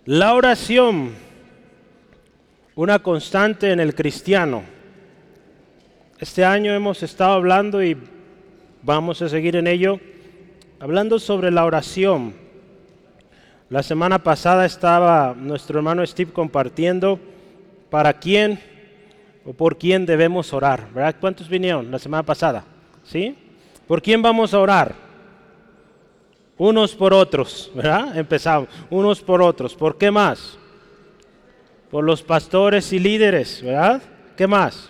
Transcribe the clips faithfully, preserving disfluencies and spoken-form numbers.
La oración, una constante en el cristiano. Este año hemos estado hablando y vamos a seguir en ello, hablando sobre la oración. La semana pasada estaba nuestro hermano Steve compartiendo para quién o por quién debemos orar, ¿verdad? ¿Cuántos vinieron la semana pasada? ¿Sí? ¿Por quién vamos a orar? Unos por otros, ¿verdad? Empezamos, unos por otros. ¿Por qué más? Por los pastores y líderes, ¿verdad? ¿Qué más?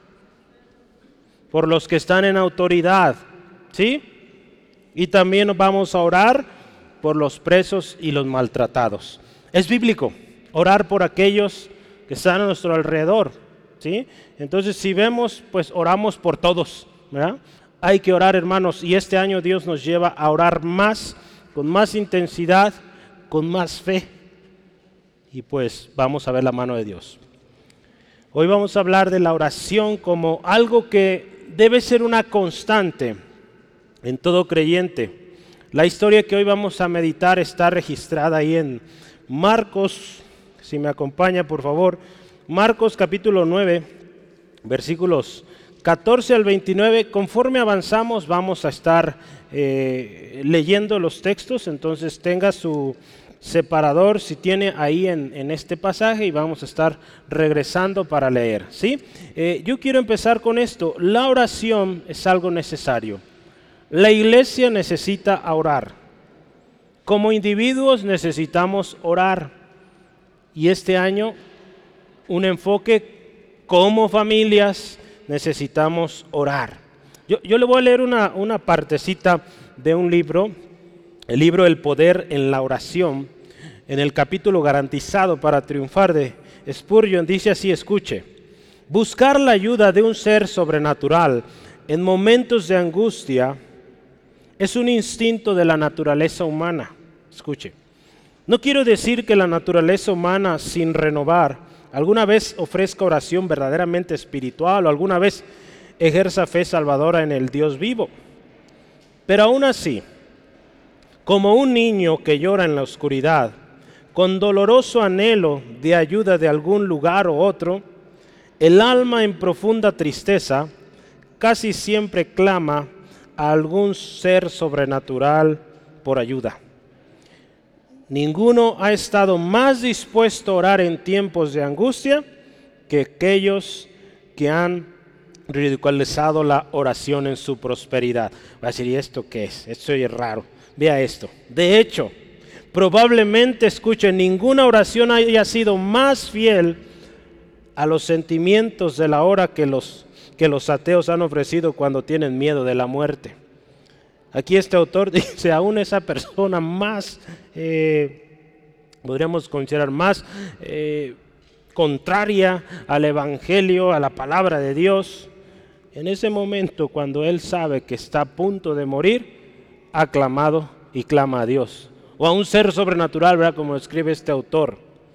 Por los que están en autoridad, ¿sí? Y también vamos a orar por los presos y los maltratados. Es bíblico orar por aquellos que están a nuestro alrededor, ¿sí? Entonces, si vemos, pues oramos por todos, ¿verdad? Hay que orar, hermanos, y este año Dios nos lleva a orar más, con más intensidad, con más fe, y pues vamos a ver la mano de Dios. Hoy vamos a hablar de la oración como algo que debe ser una constante en todo creyente. La historia que hoy vamos a meditar está registrada ahí en Marcos, si me acompaña por favor, Marcos capítulo nueve, versículos catorce al veintinueve. Conforme avanzamos vamos a estar eh, leyendo los textos, entonces tenga su separador si tiene ahí en, en este pasaje y vamos a estar regresando para leer, ¿sí? Eh, yo quiero empezar con esto. La oración es algo necesario. La iglesia necesita orar. Como individuos necesitamos orar. Y este año un enfoque como familias necesitamos orar. Yo, yo le voy a leer una, una partecita de un libro, el libro El Poder en la Oración, en el capítulo Garantizado para Triunfar de Spurgeon. Dice así, escuche: buscar la ayuda de un ser sobrenatural en momentos de angustia es un instinto de la naturaleza humana. Escuche, no quiero decir que la naturaleza humana, sin renovar, alguna vez ofrezca oración verdaderamente espiritual o alguna vez ejerza fe salvadora en el Dios vivo. Pero aún así, como un niño que llora en la oscuridad, con doloroso anhelo de ayuda de algún lugar o otro, el alma en profunda tristeza casi siempre clama a algún ser sobrenatural por ayuda. Ninguno ha estado más dispuesto a orar en tiempos de angustia que aquellos que han ridiculizado la oración en su prosperidad. Va a decir, ¿y esto qué es? Esto es raro. Vea esto. De hecho, probablemente, escuche, ninguna oración haya sido más fiel a los sentimientos de la hora que los, que los ateos han ofrecido cuando tienen miedo de la muerte. Aquí este autor dice, aún esa persona más, eh, podríamos considerar más eh, contraria al evangelio, a la palabra de Dios, en ese momento cuando él sabe que está a punto de morir, ha clamado y clama a Dios, o a un ser sobrenatural, ¿verdad? Como escribe este autor.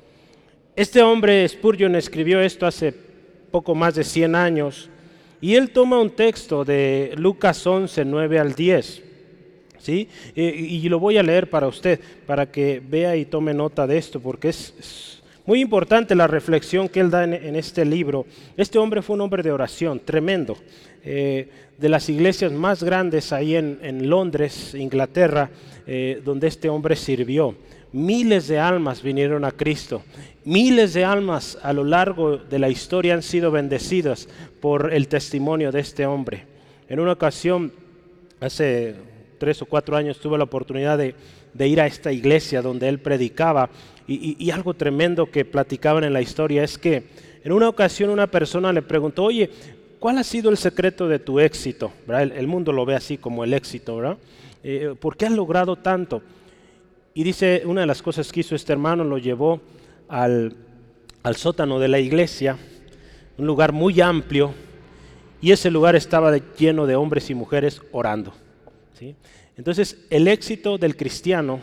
Este hombre, Spurgeon, escribió esto hace poco más de cien años, y él toma un texto de Lucas once, nueve al diez, ¿sí? Y, y lo voy a leer para usted, para que vea y tome nota de esto, porque es, es muy importante la reflexión que él da en, en este libro. Este hombre fue un hombre de oración, tremendo, eh, de las iglesias más grandes ahí en, en Londres, Inglaterra, eh, donde este hombre sirvió. Miles de almas vinieron a Cristo. Miles de almas a lo largo de la historia han sido bendecidas por el testimonio de este hombre. En una ocasión, hace tres o cuatro años, tuve la oportunidad de, de ir a esta iglesia donde él predicaba y, y, y algo tremendo que platicaban en la historia es que en una ocasión una persona le preguntó, oye, ¿cuál ha sido el secreto de tu éxito? ¿Verdad? El, el mundo lo ve así como el éxito, ¿verdad? Eh, ¿Por qué has logrado tanto? Y dice, una de las cosas que hizo este hermano, lo llevó al, al sótano de la iglesia, un lugar muy amplio, y ese lugar estaba lleno de hombres y mujeres orando, ¿sí? Entonces, el éxito del cristiano,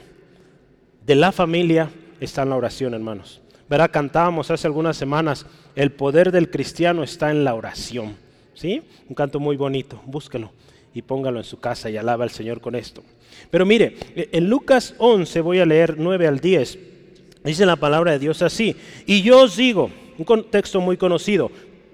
de la familia, está en la oración, hermanos. ¿Verdad? Cantábamos hace algunas semanas, el poder del cristiano está en la oración, ¿sí? Un canto muy bonito, búsquelo y póngalo en su casa y alaba al Señor con esto. Pero mire, en Lucas once, voy a leer nueve al diez, Dice la palabra de Dios así: y yo os digo, un contexto muy conocido,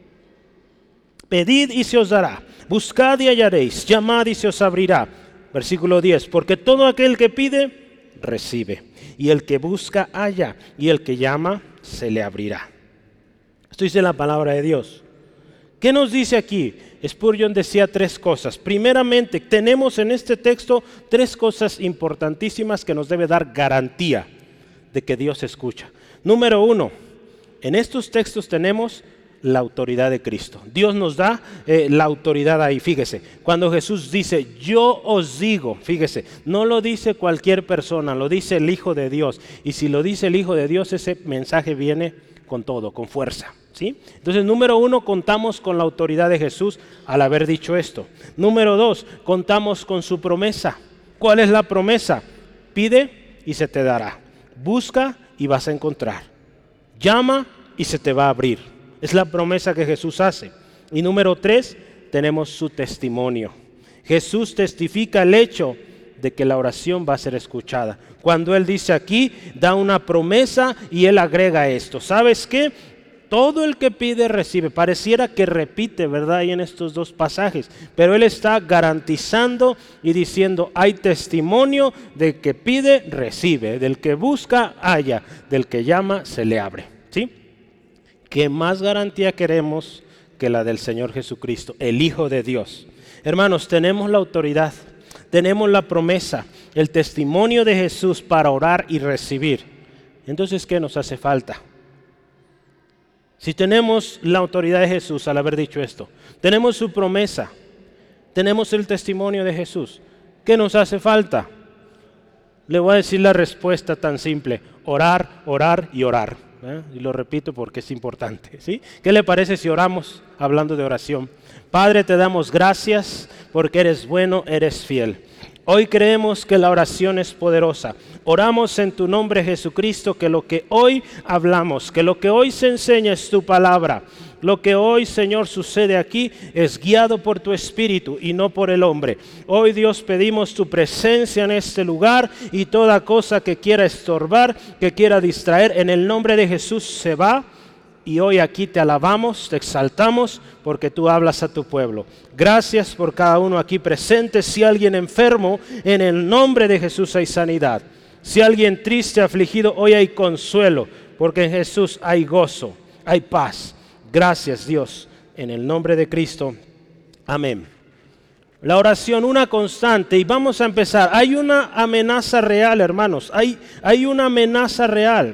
pedid y se os dará, buscad y hallaréis, llamad y se os abrirá. Versículo diez, porque todo aquel que pide, recibe, y el que busca, halla, y el que llama, se le abrirá. Esto dice la palabra de Dios. ¿Qué nos dice aquí? Spurgeon decía tres cosas. Primeramente, tenemos en este texto tres cosas importantísimas que nos debe dar garantía de que Dios escucha. Número uno, en estos textos tenemos la autoridad de Cristo. Dios nos da eh, la autoridad ahí. Fíjese, cuando Jesús dice, yo os digo, fíjese, no lo dice cualquier persona, lo dice el Hijo de Dios. Y si lo dice el Hijo de Dios, ese mensaje viene con todo, con fuerza. ¿Sí? Entonces, número uno, contamos con la autoridad de Jesús al haber dicho esto. Número dos, contamos con su promesa. ¿Cuál es la promesa? Pide y se te dará. Busca y vas a encontrar. Llama y se te va a abrir. Es la promesa que Jesús hace. Y número tres, tenemos su testimonio. Jesús testifica el hecho de que la oración va a ser escuchada. Cuando Él dice aquí, da una promesa y Él agrega esto. ¿Sabes qué? Todo el que pide recibe. Pareciera que repite, ¿verdad? Ahí en estos dos pasajes. Pero Él está garantizando y diciendo, hay testimonio de que pide, recibe. Del que busca, halla. Del que llama, se le abre. ¿Sí? ¿Qué más garantía queremos que la del Señor Jesucristo, el Hijo de Dios? Hermanos, tenemos la autoridad, tenemos la promesa, el testimonio de Jesús para orar y recibir. Entonces, ¿qué nos hace falta? Si tenemos la autoridad de Jesús al haber dicho esto, tenemos su promesa, tenemos el testimonio de Jesús, ¿qué nos hace falta? Le voy a decir la respuesta tan simple: orar, orar y orar. ¿Eh? Y lo repito porque es importante, ¿sí? ¿Qué le parece si oramos hablando de oración? Padre, te damos gracias porque eres bueno, eres fiel. Hoy creemos que la oración es poderosa. Oramos en tu nombre, Jesucristo, que lo que hoy hablamos, que lo que hoy se enseña es tu palabra. Lo que hoy, Señor, sucede aquí es guiado por tu Espíritu y no por el hombre. Hoy, Dios, pedimos tu presencia en este lugar y toda cosa que quiera estorbar, que quiera distraer, en el nombre de Jesús se va. Y hoy aquí te alabamos, te exaltamos, porque tú hablas a tu pueblo. Gracias por cada uno aquí presente. Si alguien enfermo, en el nombre de Jesús hay sanidad. Si alguien triste, afligido, hoy hay consuelo, porque en Jesús hay gozo, hay paz. Gracias, Dios, en el nombre de Cristo. Amén. La oración, una constante, y vamos a empezar. Hay una amenaza real, hermanos. Hay, hay una amenaza real.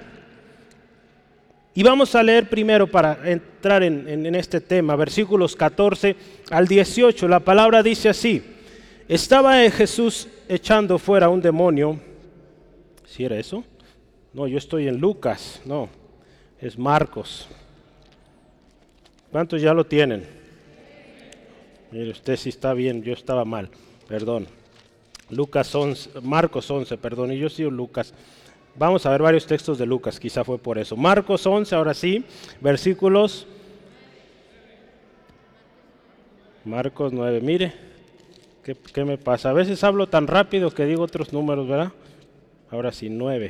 Y vamos a leer primero para entrar en, en, en este tema, versículos catorce al dieciocho. La palabra dice así: estaba Jesús echando fuera un demonio. ¿Sí era eso? No, yo estoy en Lucas, no, es Marcos. ¿Cuántos ya lo tienen? Mire, usted sí está bien, yo estaba mal, perdón. Lucas once, Marcos once, perdón, y yo sigo Lucas. Vamos a ver varios textos de Lucas, quizá fue por eso. Marcos once, ahora sí, versículos. Marcos nueve, mire, ¿qué, qué me pasa? A veces hablo tan rápido que digo otros números, ¿verdad? Ahora sí, nueve.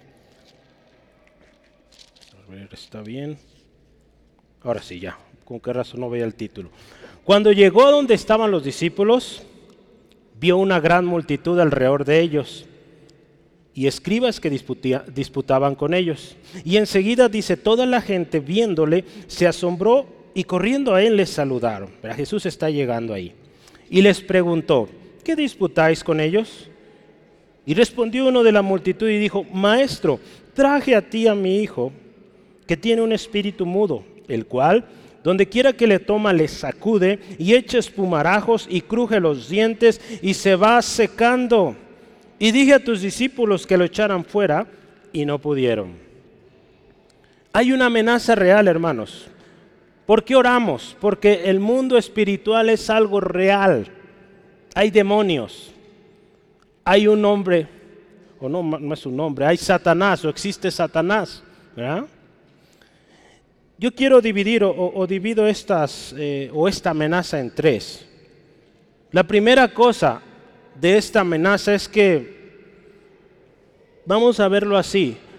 A ver, está bien. Ahora sí, ya. ¿Con qué razón no veía el título? Cuando llegó a donde estaban los discípulos, vio una gran multitud alrededor de ellos y escribas que disputia, disputaban con ellos. Y enseguida dice, toda la gente viéndole se asombró y corriendo a él les saludaron. Pero Jesús está llegando ahí. Y les preguntó, ¿qué disputáis con ellos? Y respondió uno de la multitud y dijo, Maestro, traje a ti a mi hijo, que tiene un espíritu mudo, el cual, donde quiera que le toma, le sacude y echa espumarajos y cruje los dientes y se va secando. Y dije a tus discípulos que lo echaran fuera y no pudieron. Hay una amenaza real, hermanos. ¿Por qué oramos? Porque el mundo espiritual es algo real. Hay demonios. Hay un hombre, o no, no es un hombre, hay Satanás, o existe Satanás, ¿verdad? Yo quiero dividir o, o divido estas, eh, o esta amenaza en tres. La primera cosa de esta amenaza es que, vamos a verlo así,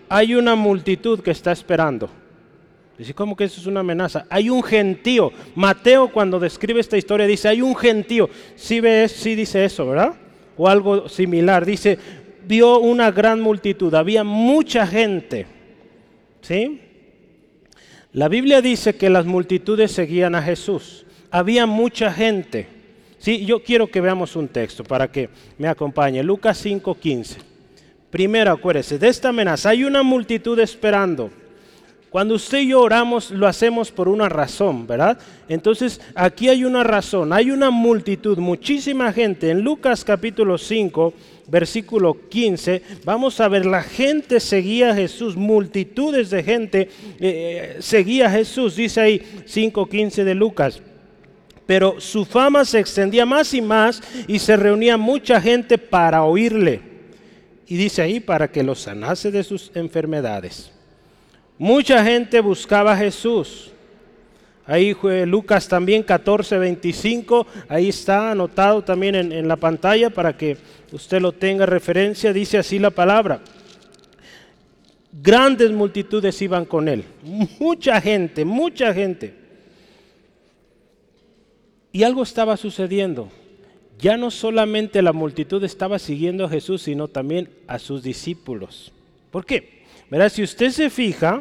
hay una multitud que está esperando. Dice, ¿cómo que eso es una amenaza? Hay un gentío. Mateo, cuando describe esta historia, dice, hay un gentío. Sí, ve, sí dice eso, ¿verdad? O algo similar. Dice, vio una gran multitud. Había mucha gente. ¿Sí? La Biblia dice que las multitudes seguían a Jesús. Había mucha gente. Sí, yo quiero que veamos un texto para que me acompañe. Lucas cinco quince. Primero, acuérdese, de esta amenaza hay una multitud esperando. Cuando usted y yo oramos, lo hacemos por una razón, ¿verdad? Entonces, aquí hay una razón, hay una multitud, muchísima gente. En Lucas capítulo cinco, versículo quince, vamos a ver, la gente seguía a Jesús, multitudes de gente eh, seguía a Jesús, dice ahí cinco quince de Lucas. Pero su fama se extendía más y más y se reunía mucha gente para oírle. Y dice ahí, para que los sanase de sus enfermedades. Mucha gente buscaba a Jesús. Ahí Lucas también catorce veinticinco, ahí está anotado también en, en la pantalla para que usted lo tenga referencia. Dice así la palabra. Grandes multitudes iban con él. Mucha gente, mucha gente. Y algo estaba sucediendo. Ya no solamente la multitud estaba siguiendo a Jesús, sino también a sus discípulos. ¿Por qué? Verá, si usted se fija,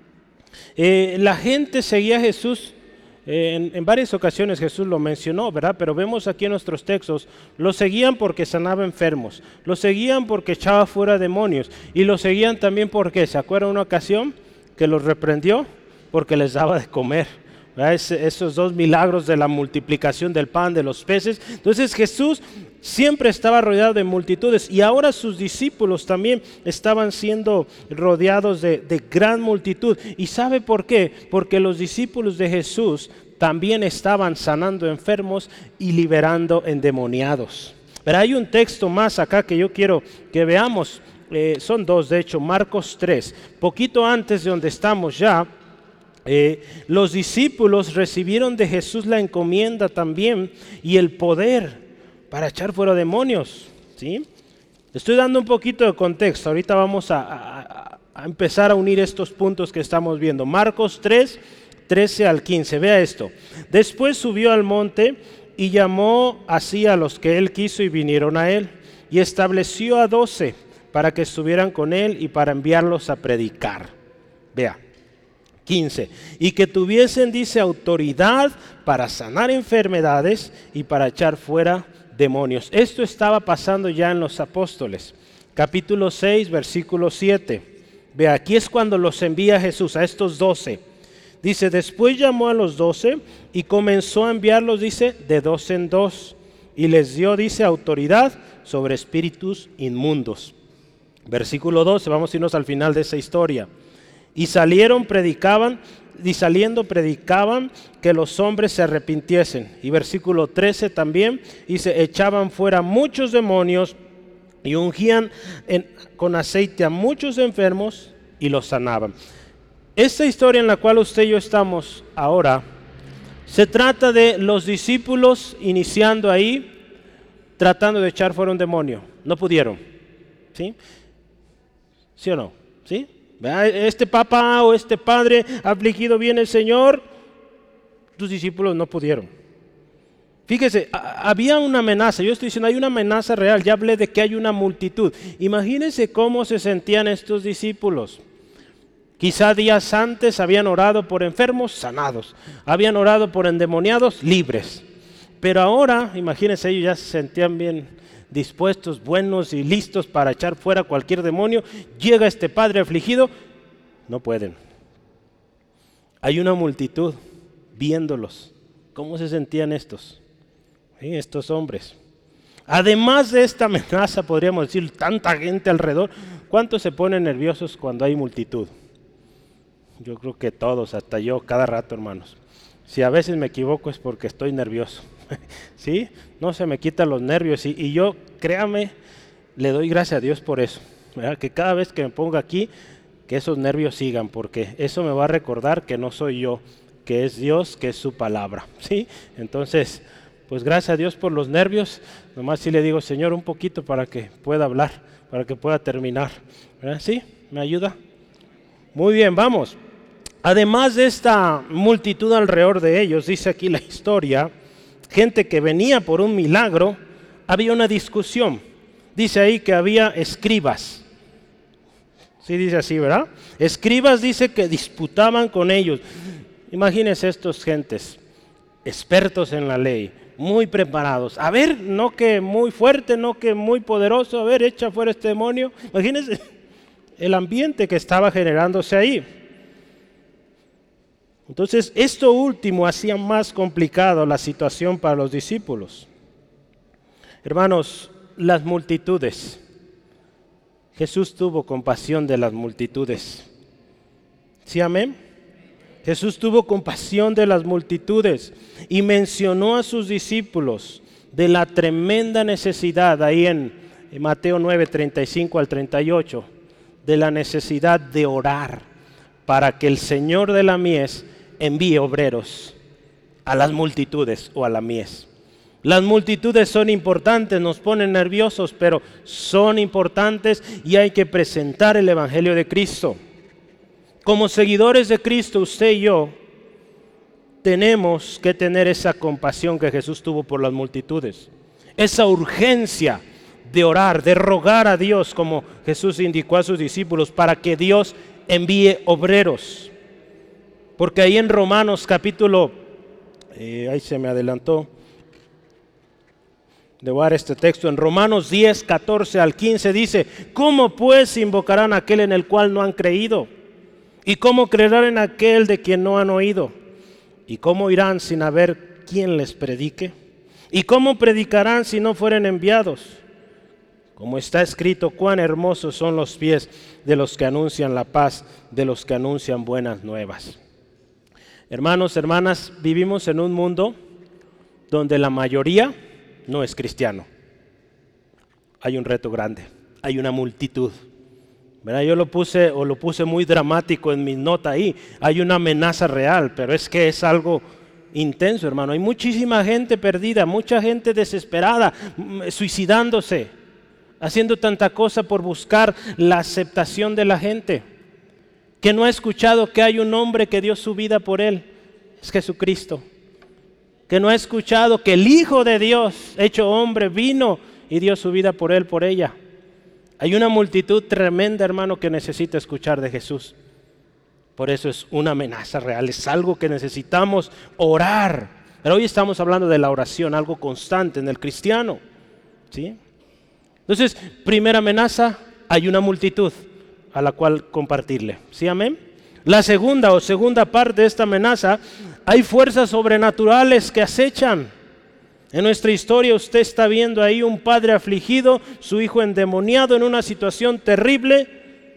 eh, la gente seguía a Jesús, eh, en, en varias ocasiones Jesús lo mencionó, ¿verdad? Pero vemos aquí en nuestros textos, lo seguían porque sanaba enfermos, lo seguían porque echaba fuera demonios, y lo seguían también porque, ¿se acuerda una ocasión que los reprendió? Porque les daba de comer. Es, esos dos milagros de la multiplicación del pan, de los peces. Entonces Jesús siempre estaba rodeado de multitudes y ahora sus discípulos también estaban siendo rodeados de, de gran multitud. ¿Y sabe por qué? Porque los discípulos de Jesús también estaban sanando enfermos y liberando endemoniados. Pero hay un texto más acá que yo quiero que veamos. Eh, son dos, de hecho, Marcos tres. Poquito antes de donde estamos ya. Eh, los discípulos recibieron de Jesús la encomienda también y el poder para echar fuera demonios, ¿sí? Estoy dando un poquito de contexto, ahorita vamos a, a, a empezar a unir estos puntos que estamos viendo. Marcos tres, trece al quince, vea esto. Después subió al monte y llamó así a los que él quiso y vinieron a él, y estableció a doce para que estuvieran con él y para enviarlos a predicar. Vea. quince. Y que tuviesen, dice, autoridad para sanar enfermedades y para echar fuera demonios. Esto estaba pasando ya en los apóstoles. Capítulo seis, versículo siete. Ve, aquí es cuando los envía Jesús, a estos doce. Dice, después llamó a los doce y comenzó a enviarlos, dice, de dos en dos. Y les dio, dice, autoridad sobre espíritus inmundos. Versículo doce, vamos a irnos al final de esa historia. Y salieron, predicaban, y saliendo predicaban que los hombres se arrepintiesen. Y versículo trece también, dice, echaban fuera muchos demonios y ungían en, con aceite a muchos enfermos y los sanaban. Esta historia en la cual usted y yo estamos ahora, se trata de los discípulos iniciando ahí, tratando de echar fuera un demonio. No pudieron, ¿sí? ¿Sí o no? ¿Sí? Este papá o este padre afligido viene el Señor, tus discípulos no pudieron. Fíjese, había una amenaza, yo estoy diciendo hay una amenaza real, ya hablé de que hay una multitud. Imagínense cómo se sentían estos discípulos. Quizá días antes habían orado por enfermos sanados, habían orado por endemoniados libres, pero ahora imagínense, ellos ya se sentían bien dispuestos, buenos y listos para echar fuera cualquier demonio. Llega este padre afligido, no pueden. Hay una multitud viéndolos. ¿Cómo se sentían estos? ¿Sí? Estos hombres. Además de esta amenaza, podríamos decir, tanta gente alrededor, ¿cuántos se ponen nerviosos cuando hay multitud? Yo creo que todos, hasta yo, cada rato, hermanos. Si a veces me equivoco es porque estoy nervioso. ¿Sí? No se me quitan los nervios y, y yo, créame, le doy gracias a Dios por eso, ¿verdad? Que cada vez que me ponga aquí, que esos nervios sigan, porque eso me va a recordar que no soy yo, que es Dios, que es su palabra, ¿sí? Entonces, pues gracias a Dios por los nervios, nomás sí le digo, Señor, un poquito para que pueda hablar, para que pueda terminar, ¿verdad? ¿Sí? ¿Me ayuda? Muy bien, vamos. Además de esta multitud alrededor de ellos, dice aquí la historia, gente que venía por un milagro, había una discusión. Dice ahí que había escribas. Sí dice así, ¿verdad? Escribas dice que disputaban con ellos. Imagínense estos gentes, expertos en la ley, muy preparados. A ver, no que muy fuerte, no que muy poderoso, a ver, echa fuera este demonio. Imagínense el ambiente que estaba generándose ahí. Entonces, esto último hacía más complicado la situación para los discípulos. Hermanos, las multitudes. Jesús tuvo compasión de las multitudes. ¿Sí, amén? Jesús tuvo compasión de las multitudes y mencionó a sus discípulos de la tremenda necesidad, ahí en Mateo nueve, treinta y cinco al treinta y ocho, de la necesidad de orar para que el Señor de la mies envíe obreros a las multitudes o a la mies. Las multitudes son importantes, nos ponen nerviosos, pero son importantes y hay que presentar el Evangelio de Cristo. Como seguidores de Cristo, usted y yo tenemos que tener esa compasión que Jesús tuvo por las multitudes, esa urgencia de orar, de rogar a Dios, como Jesús indicó a sus discípulos, para que Dios envíe obreros. Porque ahí en Romanos capítulo, eh, ahí se me adelantó, debo dar este texto, en Romanos diez, catorce al quince dice, ¿cómo pues invocarán a aquel en el cual no han creído? ¿Y cómo creerán en aquel de quien no han oído? ¿Y cómo irán sin haber quien les predique? ¿Y cómo predicarán si no fueren enviados? Como está escrito, cuán hermosos son los pies de los que anuncian la paz, de los que anuncian buenas nuevas. Hermanos, hermanas, vivimos en un mundo donde la mayoría no es cristiano. Hay un reto grande, hay una multitud. ¿Verdad? Yo lo puse o lo puse muy dramático en mi nota ahí. Hay una amenaza real, pero es que es algo intenso, hermano. Hay muchísima gente perdida, mucha gente desesperada, suicidándose, haciendo tanta cosa por buscar la aceptación de la gente, que no ha escuchado que hay un hombre que dio su vida por él, es Jesucristo. Que no ha escuchado que el Hijo de Dios, hecho hombre, vino y dio su vida por él, por ella. Hay una multitud tremenda, hermano, que necesita escuchar de Jesús. Por eso es una amenaza real, es algo que necesitamos orar. Pero hoy estamos hablando de la oración, algo constante en el cristiano, ¿sí? Entonces, primera amenaza, hay una multitud a la cual compartirle. ¿Sí, amén? La segunda o segunda parte de esta amenaza, hay fuerzas sobrenaturales que acechan. En nuestra historia usted está viendo ahí un padre afligido, su hijo endemoniado en una situación terrible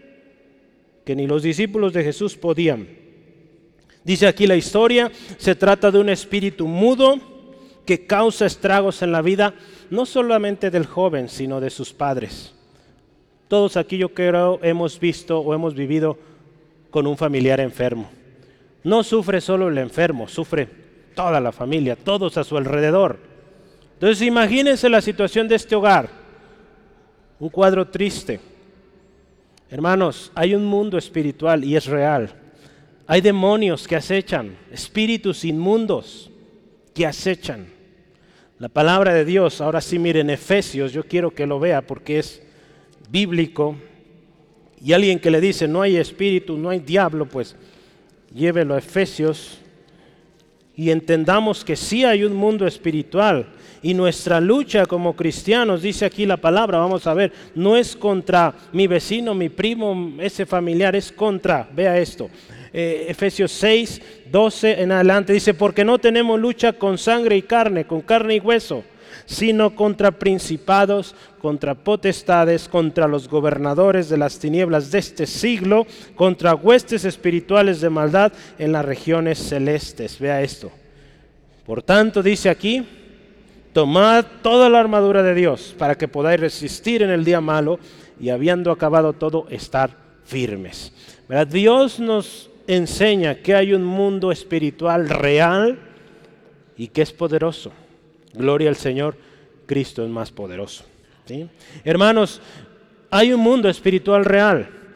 que ni los discípulos de Jesús podían. Dice aquí la historia, se trata de un espíritu mudo que causa estragos en la vida, no solamente del joven, sino de sus padres. Todos aquí yo creo hemos visto o hemos vivido con un familiar enfermo. No sufre solo el enfermo, sufre toda la familia, todos a su alrededor. Entonces imagínense la situación de este hogar, un cuadro triste. Hermanos, hay un mundo espiritual y es real. Hay demonios que acechan, espíritus inmundos que acechan. La palabra de Dios, ahora sí miren Efesios, yo quiero que lo vea porque es bíblico. Y alguien que le dice no hay espíritu, no hay diablo, pues llévelo a Efesios y entendamos que sí hay un mundo espiritual. Y nuestra lucha como cristianos, dice aquí la palabra, vamos a ver, no es contra mi vecino, mi primo, ese familiar, es contra, vea esto, eh, Efesios seis, doce en adelante, dice, porque no tenemos lucha con sangre y carne, con carne y hueso, sino contra principados, contra potestades, contra los gobernadores de las tinieblas de este siglo, contra huestes espirituales de maldad en las regiones celestes. Vea esto. Por tanto, dice aquí, tomad toda la armadura de Dios para que podáis resistir en el día malo y habiendo acabado todo, estar firmes. ¿Verdad? Dios nos enseña que hay un mundo espiritual real y que es poderoso. Gloria al Señor, Cristo es más poderoso. ¿Sí? Hermanos, hay un mundo espiritual real.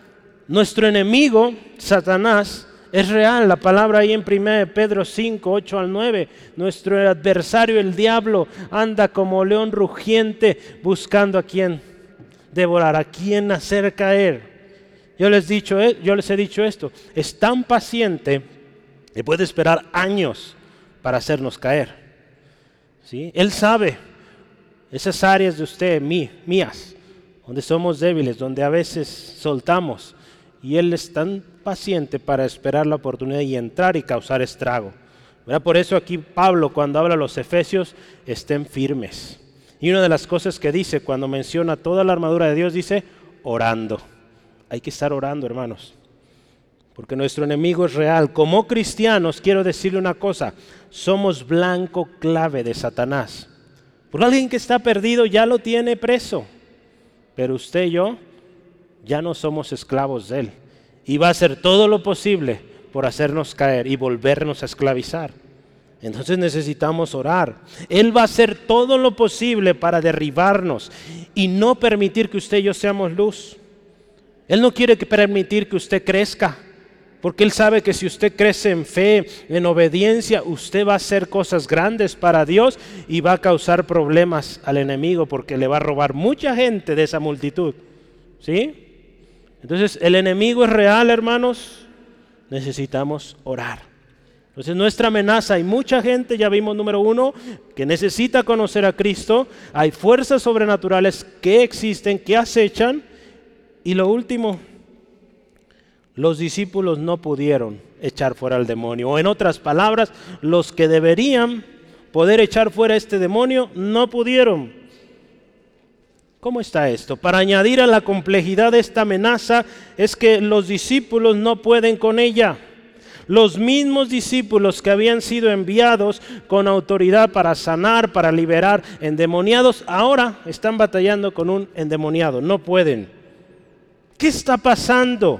Nuestro enemigo, Satanás, es real. La palabra ahí en primera de Pedro cinco, ocho al nueve. Nuestro adversario, el diablo, anda como león rugiente buscando a quien devorar, a quien hacer caer. Yo les, dicho, yo les he dicho esto, es tan paciente que puede esperar años para hacernos caer. ¿Sí? Él sabe esas áreas de usted, mí, mías, donde somos débiles, donde a veces soltamos. Y Él es tan paciente para esperar la oportunidad y entrar y causar estrago. ¿Verdad? Por eso aquí Pablo, cuando habla a los efesios, estén firmes. Y una de las cosas que dice cuando menciona toda la armadura de Dios, dice orando. Hay que estar orando, hermanos, porque nuestro enemigo es real. Como cristianos, quiero decirle una cosa, somos blanco clave de Satanás. Porque alguien que está perdido ya lo tiene preso, pero usted y yo ya no somos esclavos de él. Y va a hacer todo lo posible por hacernos caer y volvernos a esclavizar. Entonces necesitamos orar. Él va a hacer todo lo posible para derribarnos y no permitir que usted y yo seamos luz. Él no quiere que permitir que usted crezca, porque Él sabe que si usted crece en fe, en obediencia, usted va a hacer cosas grandes para Dios y va a causar problemas al enemigo, porque le va a robar mucha gente de esa multitud. ¿Sí? Entonces, el enemigo es real, hermanos. Necesitamos orar. Entonces, nuestra amenaza, hay mucha gente, ya vimos número uno, que necesita conocer a Cristo. Hay fuerzas sobrenaturales que existen, que acechan. Y lo último, los discípulos no pudieron echar fuera al demonio. O en otras palabras, los que deberían poder echar fuera este demonio, no pudieron. ¿Cómo está esto? Para añadir a la complejidad de esta amenaza, es que los discípulos no pueden con ella. Los mismos discípulos que habían sido enviados con autoridad para sanar, para liberar endemoniados, ahora están batallando con un endemoniado, no pueden. ¿Qué está pasando?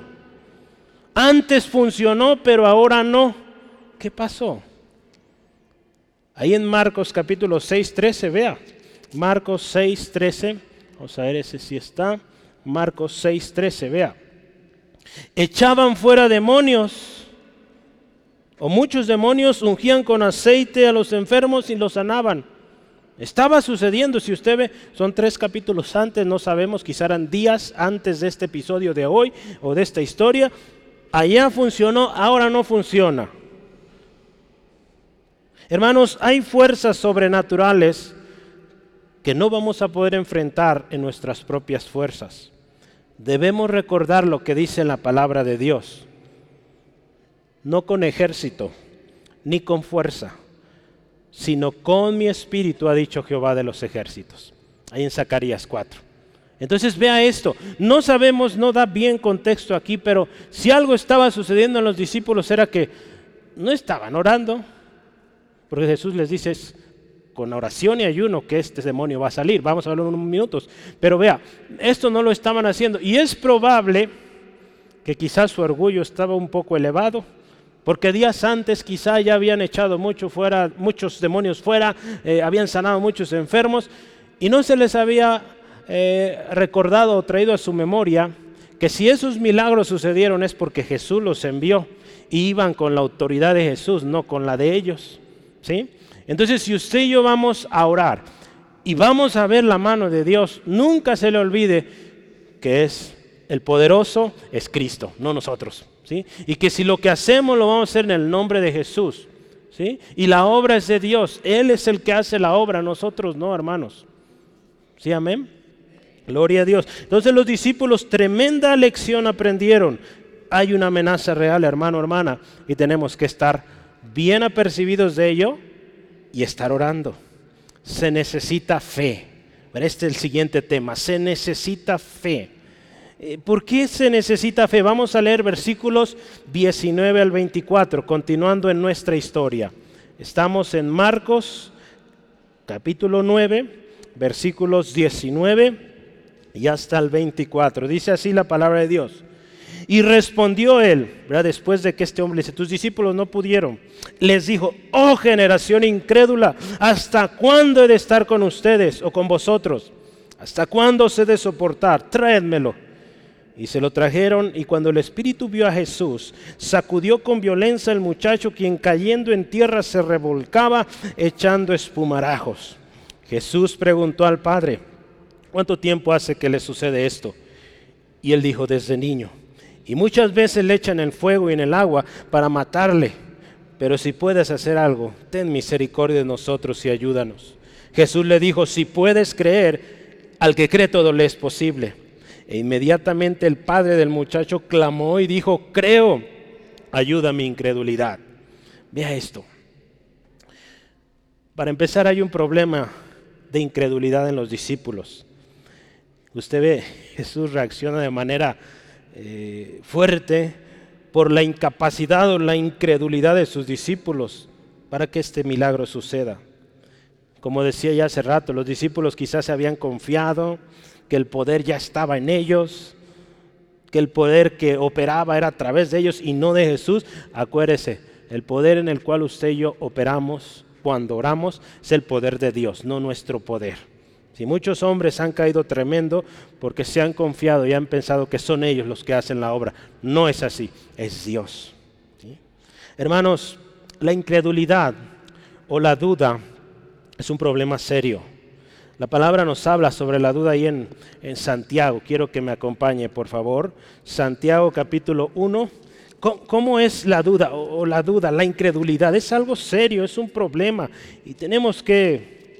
Antes funcionó, pero ahora no. ¿Qué pasó? Ahí en Marcos capítulo seis, trece, vea. Marcos seis, trece. Vamos a ver ese si está. Marcos seis, trece, vea. Echaban fuera demonios, o muchos demonios, ungían con aceite a los enfermos y los sanaban. Estaba sucediendo, si usted ve, son tres capítulos antes, no sabemos, quizá eran días antes de este episodio de hoy o de esta historia. Allá funcionó, ahora no funciona. Hermanos, hay fuerzas sobrenaturales que no vamos a poder enfrentar en nuestras propias fuerzas. Debemos recordar lo que dice la palabra de Dios. No con ejército, ni con fuerza, sino con mi espíritu, ha dicho Jehová de los ejércitos. Ahí en Zacarías cuatro. Entonces vea esto, no sabemos, no da bien contexto aquí, pero si algo estaba sucediendo en los discípulos era que no estaban orando, porque Jesús les dice, es con oración y ayuno que este demonio va a salir. Vamos a verlo en unos minutos, pero vea, esto no lo estaban haciendo, y es probable que quizás su orgullo estaba un poco elevado, porque días antes quizá ya habían echado mucho fuera, muchos demonios fuera, eh, habían sanado muchos enfermos, y no se les había eh, recordado o traído a su memoria que si esos milagros sucedieron es porque Jesús los envió, y iban con la autoridad de Jesús, no con la de ellos. ¿Sí? Entonces, si usted y yo vamos a orar y vamos a ver la mano de Dios, nunca se le olvide que es el poderoso, es Cristo, no nosotros. ¿Sí? Y que si lo que hacemos lo vamos a hacer en el nombre de Jesús, ¿sí? Y la obra es de Dios, Él es el que hace la obra, nosotros no, hermanos. ¿Sí, amén? Gloria a Dios. Entonces los discípulos tremenda lección aprendieron. Hay una amenaza real, hermano, hermana, y tenemos que estar bien apercibidos de ello y estar orando. Se necesita fe. Pero este es el siguiente tema, se necesita fe. ¿Por qué se necesita fe? Vamos a leer versículos diecinueve al veinticuatro, continuando en nuestra historia. Estamos en Marcos, capítulo nueve, versículos diecinueve y hasta el veinticuatro. Dice así la palabra de Dios. Y respondió él, ¿verdad? Después de que este hombre le dice, tus discípulos no pudieron. Les dijo, oh generación incrédula, ¿hasta cuándo he de estar con ustedes o con vosotros? ¿Hasta cuándo os he de soportar? Traédmelo. Y se lo trajeron, y cuando el espíritu vio a Jesús, sacudió con violencia al muchacho, quien cayendo en tierra se revolcaba echando espumarajos. Jesús preguntó al padre: ¿cuánto tiempo hace que le sucede esto? Y él dijo: desde niño. Y muchas veces le echan en el fuego y en el agua para matarle. Pero si puedes hacer algo, ten misericordia de nosotros y ayúdanos. Jesús le dijo: si puedes creer, al que cree todo le es posible. E inmediatamente el padre del muchacho clamó y dijo: creo, ayuda mi incredulidad. Vea esto. Para empezar, hay un problema de incredulidad en los discípulos. Usted ve, Jesús reacciona de manera eh, fuerte por la incapacidad o la incredulidad de sus discípulos para que este milagro suceda. Como decía ya hace rato, los discípulos quizás se habían confiado que el poder ya estaba en ellos, que el poder que operaba era a través de ellos y no de Jesús. Acuérdese, el poder en el cual usted y yo operamos cuando oramos es el poder de Dios, no nuestro poder. Si muchos hombres han caído tremendo porque se han confiado y han pensado que son ellos los que hacen la obra. No es así, es Dios. ¿Sí? Hermanos, la incredulidad o la duda es un problema serio. La palabra nos habla sobre la duda ahí en, en Santiago. Quiero que me acompañe, por favor. Santiago capítulo uno. ¿Cómo, cómo es la duda o, o la duda, la incredulidad? Es algo serio, es un problema. Y tenemos que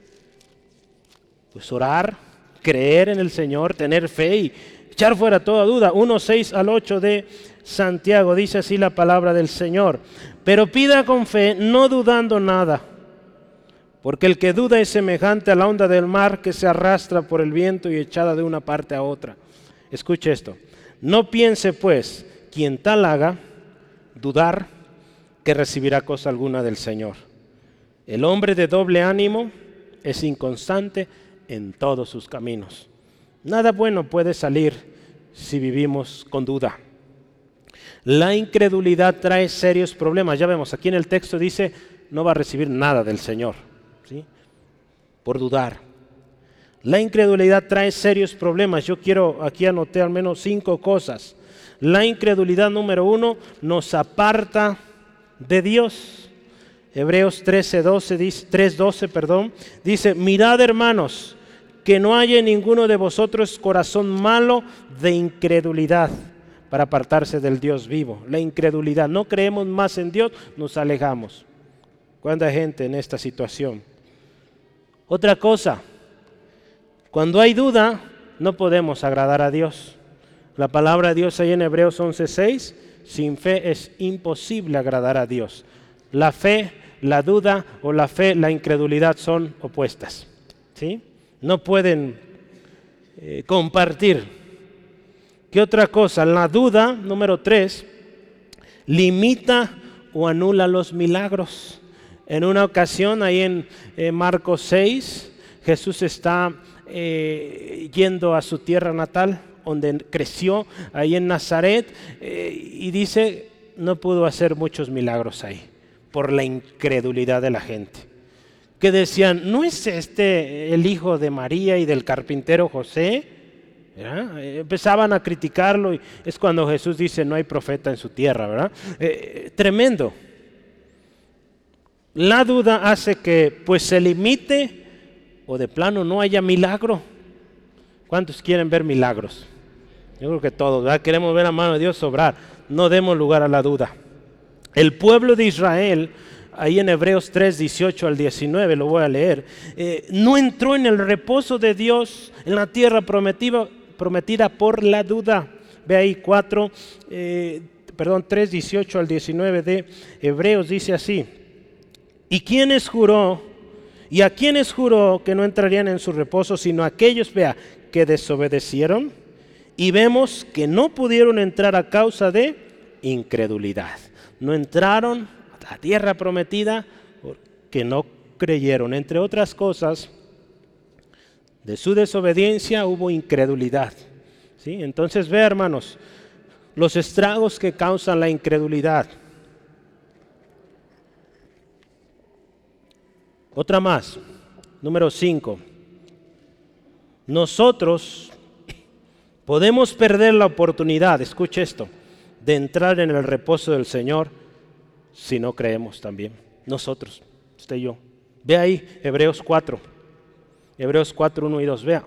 pues, orar, creer en el Señor, tener fe y echar fuera toda duda. uno, seis al ocho de Santiago, dice así la palabra del Señor. Pero pida con fe, no dudando nada. Porque el que duda es semejante a la onda del mar que se arrastra por el viento y echada de una parte a otra. Escuche esto. No piense pues quien tal haga, dudar, que recibirá cosa alguna del Señor. El hombre de doble ánimo es inconstante en todos sus caminos. Nada bueno puede salir si vivimos con duda. La incredulidad trae serios problemas. Ya vemos, aquí en el texto dice, no va a recibir nada del Señor. ¿Sí? Por dudar. La incredulidad trae serios problemas. Yo quiero, aquí anoté al menos cinco cosas. La incredulidad, número uno, nos aparta de Dios. Hebreos trece, doce, dice, tres doce, perdón, dice: mirad, hermanos, que no haya en ninguno de vosotros corazón malo de incredulidad para apartarse del Dios vivo. La incredulidad, no creemos más en Dios, nos alejamos. ¿Cuánta gente en esta situación? Otra cosa, cuando hay duda, no podemos agradar a Dios. La palabra de Dios ahí en Hebreos once seis, sin fe es imposible agradar a Dios. La fe, la duda o la fe, la incredulidad son opuestas. ¿Sí? No pueden eh, compartir. ¿Qué otra cosa? La duda, número tres, limita o anula los milagros. En una ocasión, ahí en eh, Marcos seis, Jesús está eh, yendo a su tierra natal, donde creció, ahí en Nazaret, eh, y dice, no pudo hacer muchos milagros ahí, por la incredulidad de la gente. Que decían, ¿no es este el hijo de María y del carpintero José? ¿Verdad? Empezaban a criticarlo, y es cuando Jesús dice, no hay profeta en su tierra, ¿verdad? Eh, tremendo. La duda hace que pues se limite o de plano no haya milagro. ¿Cuántos quieren ver milagros? Yo creo que todos, ¿verdad? Queremos ver la mano de Dios obrar. No demos lugar a la duda. El pueblo de Israel, ahí en Hebreos tres, dieciocho al diecinueve, lo voy a leer, eh, no entró en el reposo de Dios en la tierra prometida, prometida por la duda. Ve ahí cuatro, eh, perdón, tres, dieciocho al diecinueve de Hebreos, dice así. ¿Y quiénes juró? ¿Y a quiénes juró que no entrarían en su reposo, sino aquellos, vea, que desobedecieron? Y vemos que no pudieron entrar a causa de incredulidad. No entraron a la tierra prometida porque no creyeron. Entre otras cosas, de su desobediencia hubo incredulidad. ¿Sí? Entonces, vea, hermanos, los estragos que causan la incredulidad. Otra más, número cinco. Nosotros Podemos perder la oportunidad, escuche esto, de entrar en el reposo del Señor si no creemos también. Nosotros, usted y yo. Ve ahí, Hebreos cuatro. Hebreos cuatro, uno y dos, vea.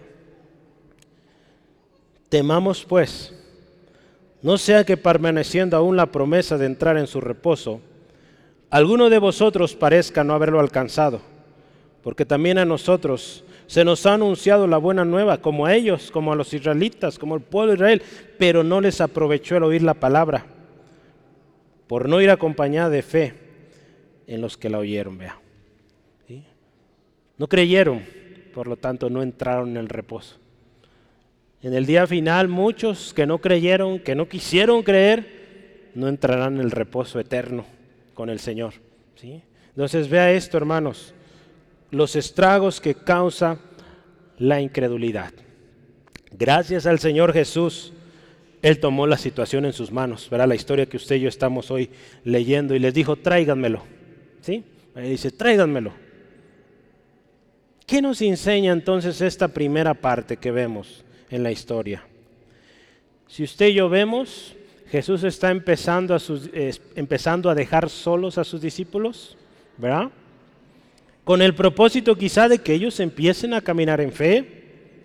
Temamos pues, no sea que permaneciendo aún la promesa de entrar en su reposo, alguno de vosotros parezca no haberlo alcanzado, porque también a nosotros se nos ha anunciado la buena nueva, como a ellos, como a los israelitas, como al pueblo de Israel, pero no les aprovechó el oír la palabra, por no ir acompañada de fe en los que la oyeron, vea. ¿Sí? No creyeron, por lo tanto no entraron en el reposo. En el día final, muchos que no creyeron, que no quisieron creer, no entrarán en el reposo eterno con el Señor. ¿Sí? Entonces vea esto, hermanos, los estragos que causa la incredulidad. Gracias al Señor Jesús, Él tomó la situación en sus manos. Verá la historia que usted y yo estamos hoy leyendo y les dijo, tráiganmelo. ¿Sí? Él dice, tráiganmelo. ¿Qué nos enseña entonces esta primera parte que vemos en la historia? Si usted y yo vemos, Jesús está empezando a, sus, eh, empezando a dejar solos a sus discípulos, ¿verdad? Con el propósito quizá de que ellos empiecen a caminar en fe,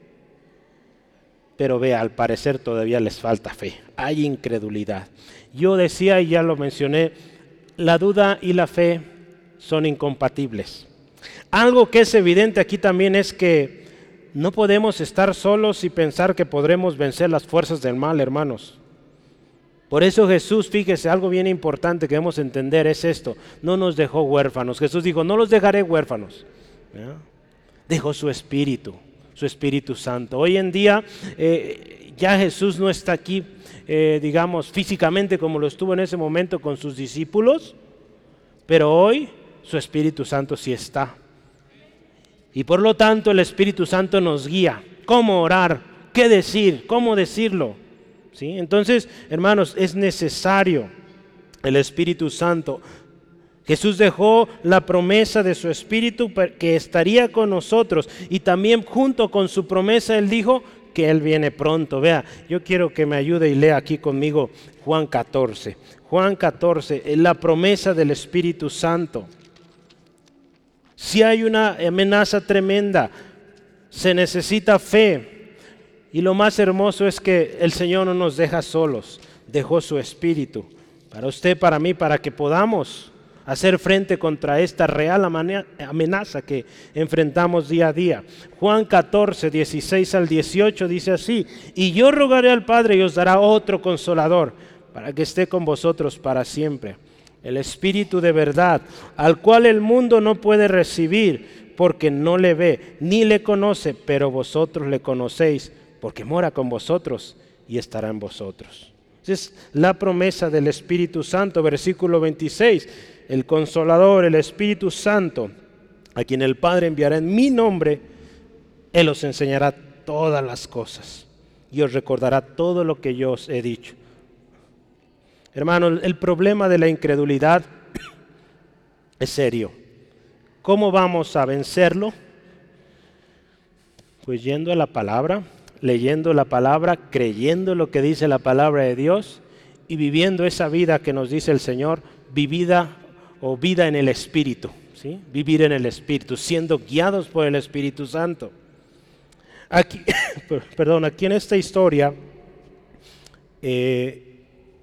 pero vea, al parecer todavía les falta fe, hay incredulidad. Yo decía, y ya lo mencioné, la duda y la fe son incompatibles. Algo que es evidente aquí también es que no podemos estar solos y pensar que podremos vencer las fuerzas del mal, hermanos. Por eso Jesús, fíjese, algo bien importante que debemos entender es esto, no nos dejó huérfanos. Jesús dijo, no los dejaré huérfanos. ¿Ya? Dejó su Espíritu, su Espíritu Santo. Hoy en día eh, ya Jesús no está aquí, eh, digamos, físicamente como lo estuvo en ese momento con sus discípulos, pero hoy su Espíritu Santo sí está. Y por lo tanto el Espíritu Santo nos guía. ¿Cómo orar? ¿Qué decir? ¿Cómo decirlo? ¿Sí? Entonces, hermanos, es necesario el Espíritu Santo. Jesús dejó la promesa de su Espíritu que estaría con nosotros. Y también junto con su promesa, Él dijo que Él viene pronto. Vea, yo quiero que me ayude y lea aquí conmigo Juan catorce. Juan catorce, la promesa del Espíritu Santo. Si hay una amenaza tremenda, se necesita fe. Y lo más hermoso es que el Señor no nos deja solos, dejó su Espíritu para usted, para mí, para que podamos hacer frente contra esta real amenaza que enfrentamos día a día. Juan catorce, dieciséis al dieciocho dice así, y yo rogaré al Padre y os dará otro consolador para que esté con vosotros para siempre. El Espíritu de verdad, al cual el mundo no puede recibir porque no le ve ni le conoce, pero vosotros le conocéis porque mora con vosotros y estará en vosotros. Esa es la promesa del Espíritu Santo, versículo veintiséis. El Consolador, el Espíritu Santo, a quien el Padre enviará en mi nombre, Él os enseñará todas las cosas y os recordará todo lo que yo os he dicho. Hermano, el problema de la incredulidad es serio. ¿Cómo vamos a vencerlo? Pues yendo a la palabra, leyendo la palabra, creyendo lo que dice la palabra de Dios y viviendo esa vida que nos dice el Señor, vivida o vida en el Espíritu, ¿sí? Vivir en el Espíritu, siendo guiados por el Espíritu Santo. Aquí, perdón, aquí en esta historia, eh,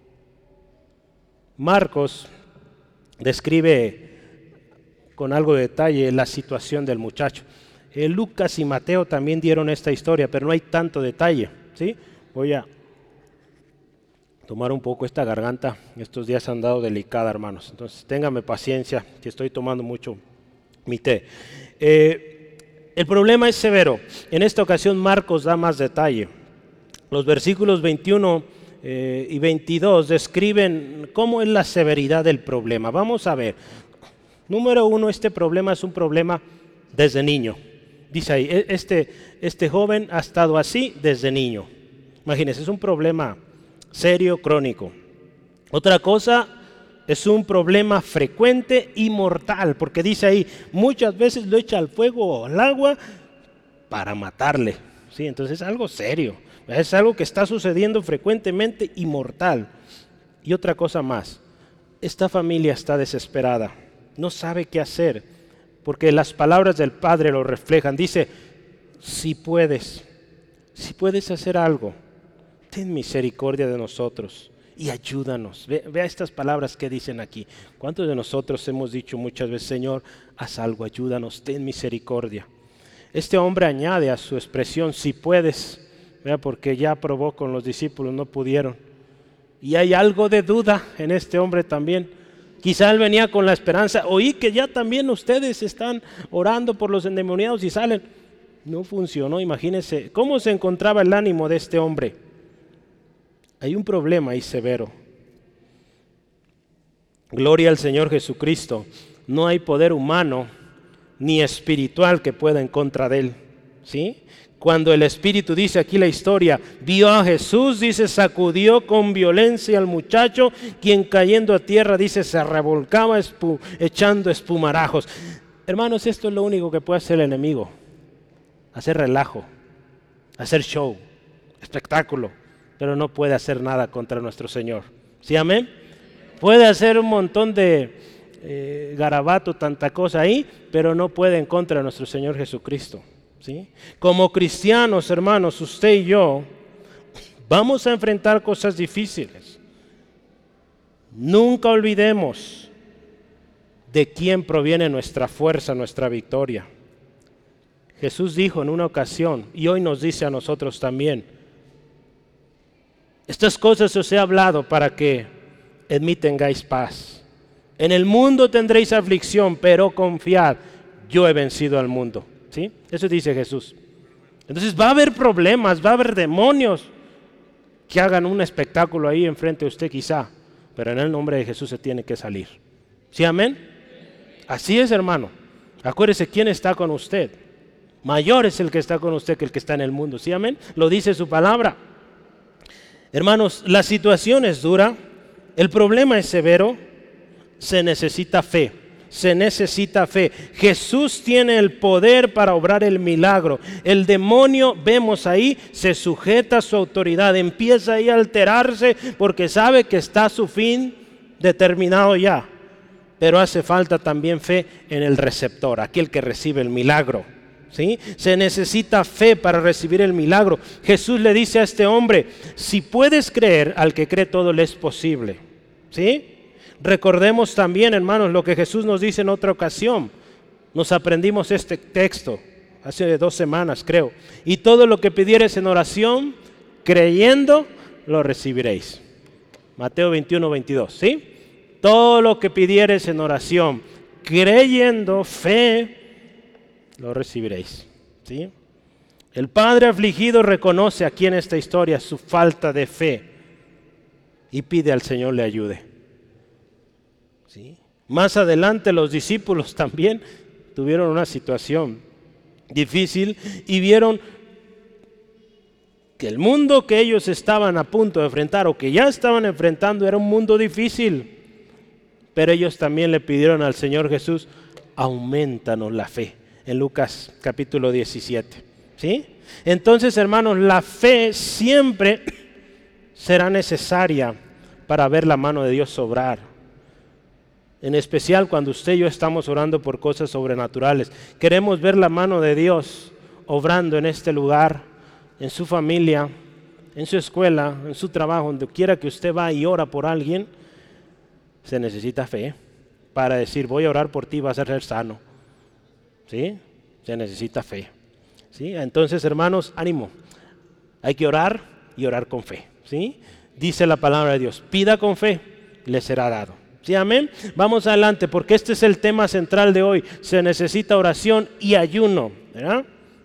Marcos describe con algo de detalle la situación del muchacho. Eh, Lucas y Mateo también dieron esta historia, pero no hay tanto detalle, ¿sí? Voy a tomar un poco esta garganta. Estos días han dado delicada, hermanos. Entonces, ténganme paciencia, que estoy tomando mucho mi té. Eh, el problema es severo. En esta ocasión, Marcos da más detalle. Los versículos veintiuno eh, y veintidós describen cómo es la severidad del problema. Vamos a ver. Número uno, este problema es un problema desde niño. Dice ahí, este, este joven ha estado así desde niño. Imagínense, es un problema serio, crónico. Otra cosa, es un problema frecuente y mortal, porque dice ahí, muchas veces lo echa al fuego o al agua para matarle. ¿Sí? Entonces es algo serio. Es algo que está sucediendo frecuentemente y mortal. Y otra cosa más, esta familia está desesperada, no sabe qué hacer, porque las palabras del Padre lo reflejan. Dice, si puedes, si puedes hacer algo, ten misericordia de nosotros y ayúdanos. Ve, vea estas palabras que dicen aquí. ¿Cuántos de nosotros hemos dicho muchas veces, Señor, haz algo, ayúdanos, ten misericordia? Este hombre añade a su expresión, si puedes, vea, porque ya probó con los discípulos, no pudieron. Y hay algo de duda en este hombre también. Quizá él venía con la esperanza, oí que ya también ustedes están orando por los endemoniados y salen. No funcionó, imagínense, ¿cómo se encontraba el ánimo de este hombre? Hay un problema ahí severo. Gloria al Señor Jesucristo. No hay poder humano ni espiritual que pueda en contra de él, ¿sí? Cuando el Espíritu, dice aquí la historia, vio a Jesús, dice, sacudió con violencia al muchacho, quien cayendo a tierra, dice, se revolcaba espu- echando espumarajos. Hermanos, esto es lo único que puede hacer el enemigo. Hacer relajo, hacer show, espectáculo, pero no puede hacer nada contra nuestro Señor. ¿Sí, amén? Puede hacer un montón de eh, garabato, tanta cosa ahí, pero no puede en contra de nuestro Señor Jesucristo. ¿Sí? Como cristianos, hermanos, usted y yo vamos a enfrentar cosas difíciles. Nunca olvidemos de quién proviene nuestra fuerza, nuestra victoria. Jesús dijo en una ocasión, y hoy nos dice a nosotros también, estas cosas os he hablado para que en mí tengáis paz. En el mundo tendréis aflicción, pero confiad, yo he vencido al mundo. ¿Sí? Eso dice Jesús. Entonces va a haber problemas, va a haber demonios que hagan un espectáculo ahí enfrente de usted quizá, pero en el nombre de Jesús se tiene que salir. ¿Sí, amén? Así es, hermano. Acuérdese quién está con usted. Mayor es el que está con usted que el que está en el mundo. ¿Sí, amén? Lo dice su palabra. Hermanos, la situación es dura, el problema es severo, se necesita fe. Se necesita fe. Jesús tiene el poder para obrar el milagro. El demonio, vemos ahí, se sujeta a su autoridad, empieza ahí a alterarse porque sabe que está su fin determinado ya. Pero hace falta también fe en el receptor, aquel que recibe el milagro. ¿Sí? Se necesita fe para recibir el milagro. Jesús le dice a este hombre, si puedes creer, al que cree todo le es posible. ¿Sí? Recordemos también, hermanos, lo que Jesús nos dice en otra ocasión. Nos aprendimos este texto hace dos semanas, creo. Y todo lo que pidiereis en oración, creyendo, lo recibiréis. Mateo veintiuno, veintidós, ¿sí? Todo lo que pidiereis en oración, creyendo, fe, lo recibiréis, ¿sí? El padre afligido reconoce aquí en esta historia su falta de fe y pide al Señor le ayude. ¿Sí? Más adelante los discípulos también tuvieron una situación difícil y vieron que el mundo que ellos estaban a punto de enfrentar o que ya estaban enfrentando era un mundo difícil, pero ellos también le pidieron al Señor Jesús, aumentanos la fe, en Lucas capítulo diecisiete. ¿Sí? Entonces, hermanos, la fe siempre será necesaria para ver la mano de Dios obrar. En especial cuando usted y yo estamos orando por cosas sobrenaturales. Queremos ver la mano de Dios obrando en este lugar, en su familia, en su escuela, en su trabajo, donde quiera que usted va y ora por alguien. Se necesita fe para decir, voy a orar por ti, vas a ser sano. ¿Sí? Se necesita fe. ¿Sí? Entonces, hermanos, ánimo. Hay que orar y orar con fe. ¿Sí? Dice la palabra de Dios, pida con fe, le será dado. ¿Sí, amén? Vamos adelante, porque este es el tema central de hoy. Se necesita oración y ayuno, ¿verdad?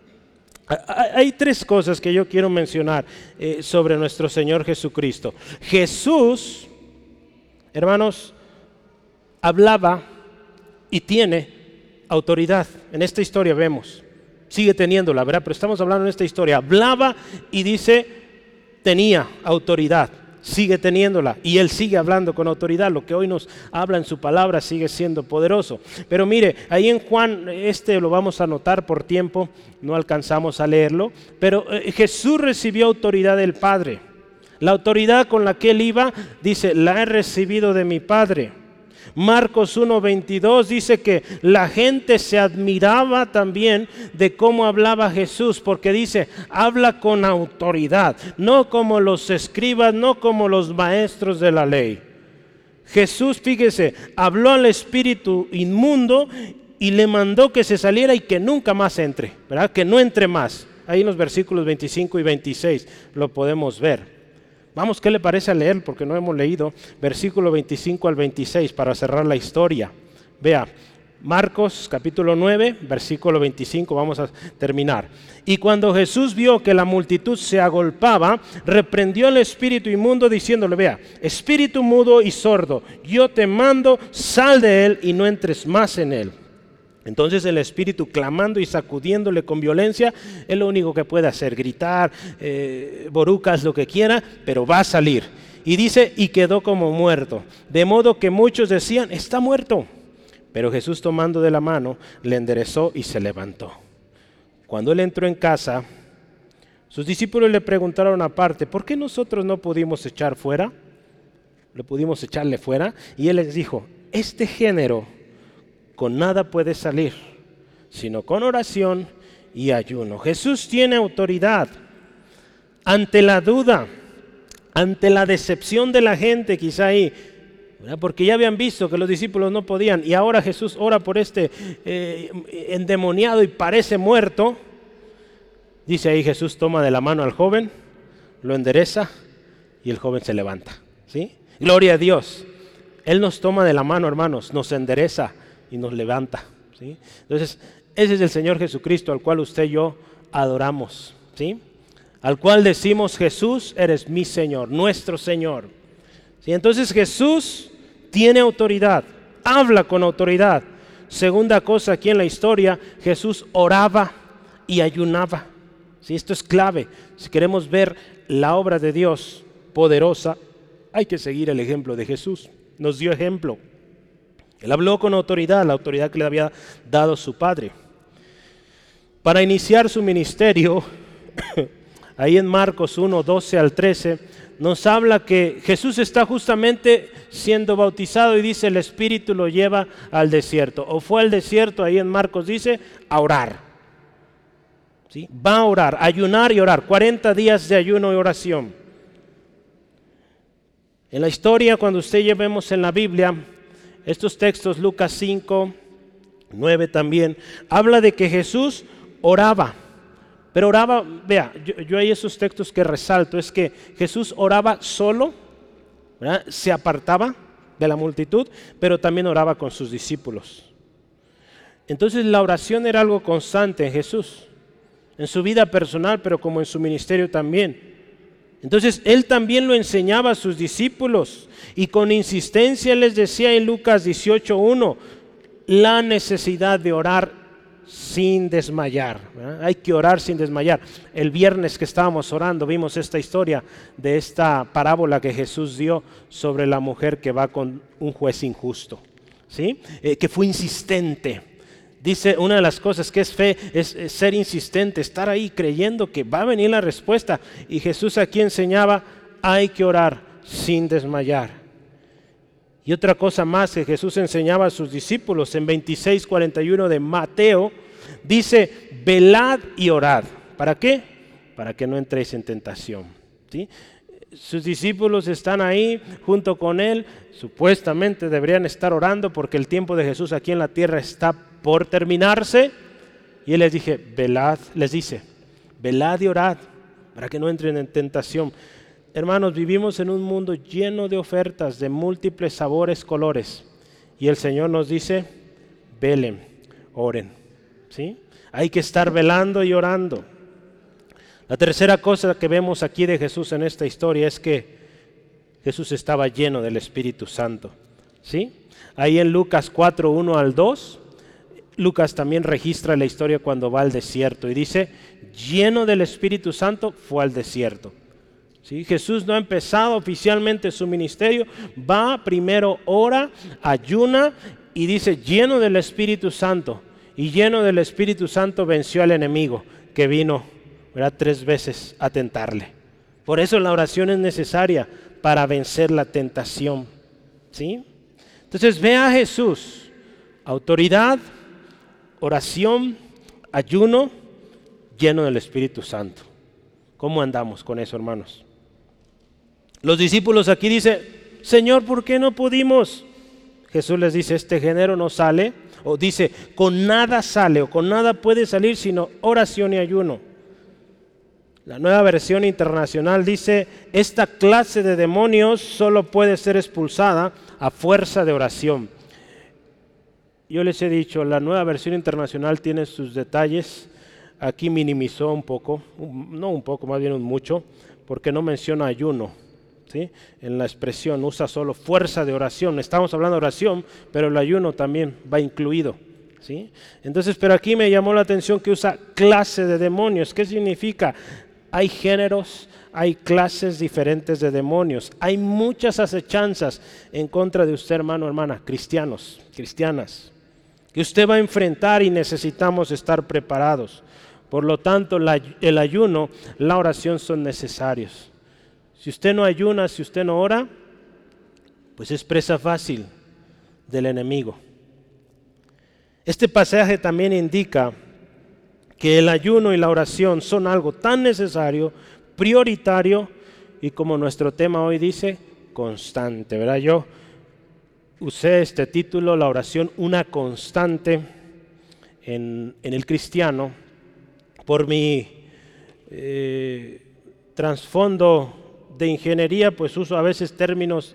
Hay tres cosas que yo quiero mencionar eh, sobre nuestro Señor Jesucristo. Jesús, hermanos, hablaba y tiene autoridad. En esta historia vemos, sigue teniéndola, ¿verdad? Pero estamos hablando en esta historia. Hablaba y dice, tenía autoridad. sigue teniéndola y Él sigue hablando con autoridad. Lo que hoy nos habla en su palabra sigue siendo poderoso. Pero mire, ahí en Juan, este lo vamos a anotar por tiempo, no alcanzamos a leerlo, pero eh, Jesús recibió autoridad del Padre. La autoridad con la que Él iba, dice, la he recibido de mi Padre. Marcos uno veintidós dice que la gente se admiraba también de cómo hablaba Jesús, porque dice, habla con autoridad, no como los escribas, no como los maestros de la ley. Jesús, fíjese, habló al espíritu inmundo y le mandó que se saliera y que nunca más entre, ¿verdad? Que no entre más. Ahí en los versículos veinticinco y veintiséis lo podemos ver. Vamos, ¿qué le parece a leer? Porque no hemos leído versículo veinticinco al veintiséis para cerrar la historia. Vea, Marcos capítulo nueve, versículo veinticinco, vamos a terminar. Y cuando Jesús vio que la multitud se agolpaba, reprendió al espíritu inmundo diciéndole, vea, espíritu mudo y sordo, yo te mando, sal de él y no entres más en él. Entonces el espíritu, clamando y sacudiéndole con violencia, es lo único que puede hacer, gritar, eh, borucas, lo que quiera, pero va a salir. Y dice, y quedó como muerto, de modo que muchos decían, está muerto. Pero Jesús, tomando de la mano, le enderezó y se levantó. Cuando él entró en casa, sus discípulos le preguntaron aparte, ¿por qué nosotros no pudimos echar fuera? ¿Le pudimos echarle fuera? Y él les dijo, este género con nada puede salir, sino con oración y ayuno. Jesús tiene autoridad ante la duda, ante la decepción de la gente, quizá ahí, ¿verdad? Porque ya habían visto que los discípulos no podían, y ahora Jesús ora por este eh, endemoniado y parece muerto. Dice ahí, Jesús toma de la mano al joven, lo endereza y el joven se levanta, ¿sí? Gloria a Dios. Él nos toma de la mano, hermanos, nos endereza y nos levanta, ¿sí? Entonces, ese es el Señor Jesucristo al cual usted y yo adoramos, ¿sí? Al cual decimos, Jesús, eres mi Señor, nuestro Señor, ¿sí? Entonces Jesús tiene autoridad, habla con autoridad. Segunda cosa aquí en la historia, Jesús oraba y ayunaba, ¿sí? Esto es clave. Si queremos ver la obra de Dios poderosa, hay que seguir el ejemplo de Jesús. Nos dio ejemplo. Él habló con autoridad, la autoridad que le había dado su Padre. Para iniciar su ministerio, ahí en Marcos uno, doce al trece, nos habla que Jesús está justamente siendo bautizado y dice, el Espíritu lo lleva al desierto. O fue al desierto, ahí en Marcos dice, a orar, ¿sí? Va a orar, ayunar y orar, cuarenta días de ayuno y oración. En la historia, cuando usted ya vemos en la Biblia, estos textos, Lucas cinco, nueve también, habla de que Jesús oraba, pero oraba, vea, yo, yo hay esos textos que resalto, es que Jesús oraba solo, ¿verdad? Se apartaba de la multitud, pero también oraba con sus discípulos. Entonces la oración era algo constante en Jesús, en su vida personal, pero como en su ministerio también. Entonces Él también lo enseñaba a sus discípulos y con insistencia les decía en Lucas dieciocho uno, la necesidad de orar sin desmayar, ¿verdad? Hay que orar sin desmayar. El viernes que estábamos orando vimos esta historia de esta parábola que Jesús dio sobre la mujer que va con un juez injusto, ¿sí? Eh, que fue insistente. Dice, una de las cosas que es fe es, es ser insistente, estar ahí creyendo que va a venir la respuesta. Y Jesús aquí enseñaba, hay que orar sin desmayar. Y otra cosa más que Jesús enseñaba a sus discípulos en veintiséis cuarenta y uno de Mateo, dice, velad y orad. ¿Para qué? Para que no entréis en tentación, ¿sí? Sus discípulos están ahí junto con Él, supuestamente deberían estar orando porque el tiempo de Jesús aquí en la tierra está por terminarse. Y Él les dije, velad, les dice, velad y orad para que no entren en tentación. Hermanos, vivimos en un mundo lleno de ofertas de múltiples sabores, colores. Y el Señor nos dice, velen, oren, ¿sí? Hay que estar velando y orando. La tercera cosa que vemos aquí de Jesús en esta historia es que Jesús estaba lleno del Espíritu Santo, ¿sí? Ahí en Lucas cuatro, uno al dos, Lucas también registra la historia cuando va al desierto y dice, lleno del Espíritu Santo fue al desierto. ¿Sí? Jesús no ha empezado oficialmente su ministerio, va primero, ora, ayuna y dice lleno del Espíritu Santo. Y lleno del Espíritu Santo venció al enemigo que vino, ¿verdad?, tres veces a tentarle. Por eso la oración es necesaria para vencer la tentación. ¿Sí? Entonces ve a Jesús, autoridad, oración, ayuno, lleno del Espíritu Santo. ¿Cómo andamos con eso, hermanos? Los discípulos aquí dicen, Señor, ¿por qué no pudimos? Jesús les dice, este género no sale, o dice, con nada sale, o con nada puede salir, sino oración y ayuno. La Nueva Versión Internacional dice, esta clase de demonios solo puede ser expulsada a fuerza de oración. Yo les he dicho, la Nueva Versión Internacional tiene sus detalles, aquí minimizó un poco, no un poco, más bien un mucho, porque no menciona ayuno. ¿Sí? En la expresión usa solo fuerza de oración. Estamos hablando de oración, pero el ayuno también va incluido. ¿Sí? Entonces, pero aquí me llamó la atención que usa clase de demonios. ¿Qué significa? Hay géneros, hay clases diferentes de demonios. Hay muchas acechanzas en contra de usted, hermano, hermana, cristianos, cristianas, que usted va a enfrentar y necesitamos estar preparados. Por lo tanto, la, el ayuno, la oración son necesarios. Si usted no ayuna, si usted no ora, pues es presa fácil del enemigo. Este pasaje también indica que el ayuno y la oración son algo tan necesario, prioritario y, como nuestro tema hoy dice, constante, ¿verdad? Yo usé este título, la oración, una constante en, en el cristiano, por mi eh, trasfondo de ingeniería, pues uso a veces términos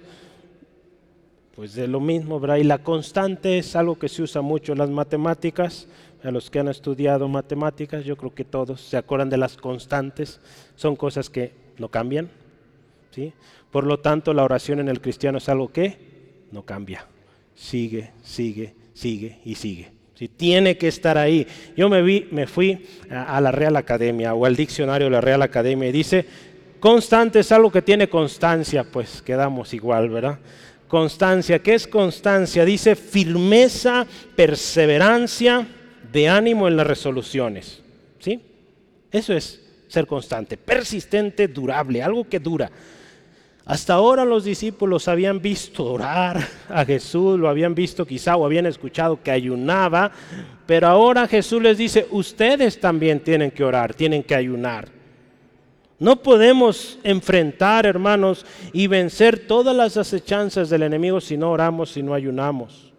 pues de lo mismo, ¿verdad? Y la constante es algo que se usa mucho en las matemáticas. A los que han estudiado matemáticas, yo creo que todos se acuerdan de las constantes, son cosas que no cambian, ¿sí? Por lo tanto, la oración en el cristiano es algo que no cambia, sigue, sigue, sigue y sigue. ¿Sí? Tiene que estar ahí. Yo me, vi, me fui a, a la Real Academia o al diccionario de la Real Academia y dice, constante es algo que tiene constancia, pues quedamos igual, ¿verdad? Constancia, ¿qué es constancia? Dice firmeza, perseverancia de ánimo en las resoluciones, ¿sí? Eso es ser constante, persistente, durable, algo que dura. Hasta ahora los discípulos habían visto orar a Jesús, lo habían visto quizá o habían escuchado que ayunaba, pero ahora Jesús les dice, ustedes también tienen que orar, tienen que ayunar. No podemos enfrentar, hermanos, y vencer todas las acechanzas del enemigo si no oramos, si no ayunamos.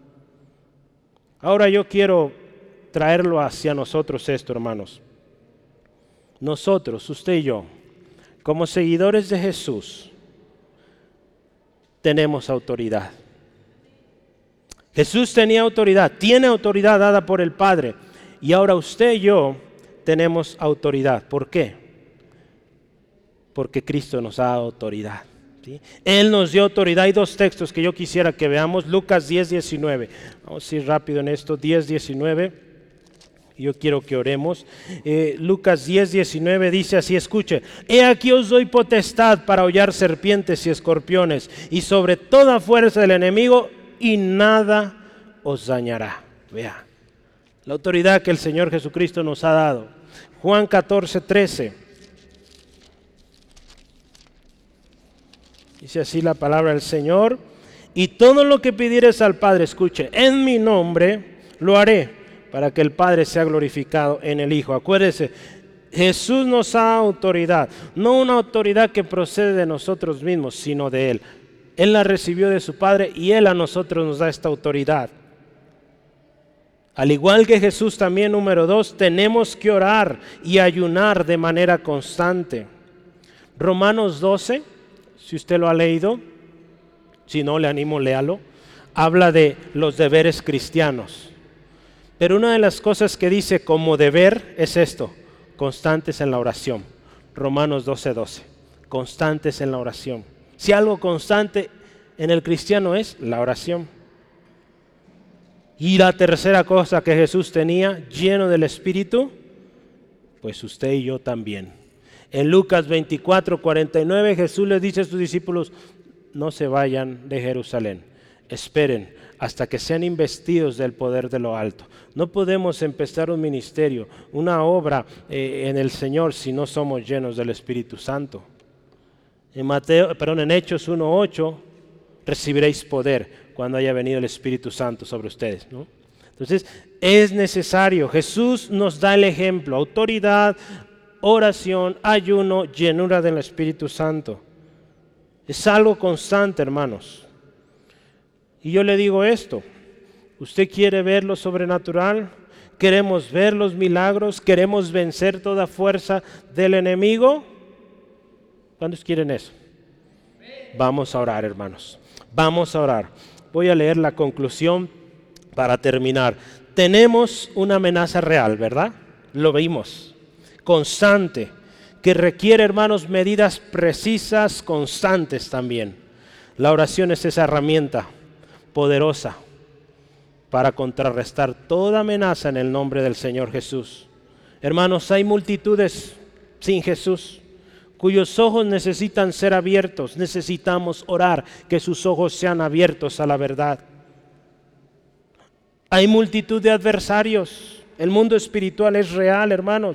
Ahora yo quiero traerlo hacia nosotros esto, hermanos. Nosotros, usted y yo, como seguidores de Jesús, tenemos autoridad. Jesús tenía autoridad, tiene autoridad dada por el Padre. Y ahora usted y yo tenemos autoridad. ¿Por qué? Porque Cristo nos da autoridad, ¿sí? Él nos dio autoridad. Hay dos textos que yo quisiera que veamos. Lucas diez, diecinueve. Vamos a ir rápido en esto. diez, diecinueve. Yo quiero que oremos. Eh, Lucas diez, diecinueve dice así, escuche. He aquí os doy potestad para hollar serpientes y escorpiones y sobre toda fuerza del enemigo y nada os dañará. Vea, la autoridad que el Señor Jesucristo nos ha dado. Juan catorce, trece. Dice así la palabra del Señor, y todo lo que pidieres al Padre, escuche, en mi nombre lo haré, para que el Padre sea glorificado en el Hijo. Acuérdese, Jesús nos da autoridad, no una autoridad que procede de nosotros mismos, sino de Él. Él la recibió de su Padre y Él a nosotros nos da esta autoridad. Al igual que Jesús también, número dos, tenemos que orar y ayunar de manera constante. Romanos doce, si usted lo ha leído, si no, le animo, léalo, habla de los deberes cristianos. Pero una de las cosas que dice como deber es esto, constantes en la oración. Romanos doce, doce, constantes en la oración. Si algo constante en el cristiano es la oración. Y la tercera cosa que Jesús tenía, lleno del Espíritu, pues usted y yo también. En Lucas veinticuatro, cuarenta y nueve, Jesús les dice a sus discípulos, no se vayan de Jerusalén, esperen hasta que sean investidos del poder de lo alto. No podemos empezar un ministerio, una obra eh, en el Señor si no somos llenos del Espíritu Santo. En Mateo, perdón, en Hechos uno ocho, recibiréis poder cuando haya venido el Espíritu Santo sobre ustedes, ¿no? Entonces, es necesario. Jesús nos da el ejemplo, autoridad, oración, ayuno, llenura del Espíritu Santo. Es algo constante, hermanos. Y yo le digo esto, ¿usted quiere ver lo sobrenatural? ¿Queremos ver los milagros? ¿Queremos vencer toda fuerza del enemigo? ¿Cuántos quieren eso? Vamos a orar, hermanos. Vamos a orar. Voy a leer la conclusión para terminar. Tenemos una amenaza real, ¿verdad? Lo vimos. Constante, que requiere, hermanos, medidas precisas, constantes también. La oración es esa herramienta poderosa para contrarrestar toda amenaza en el nombre del Señor Jesús. Hermanos, hay multitudes sin Jesús, cuyos ojos necesitan ser abiertos. Necesitamos orar que sus ojos sean abiertos a la verdad. Hay multitud de adversarios. El mundo espiritual es real, hermanos.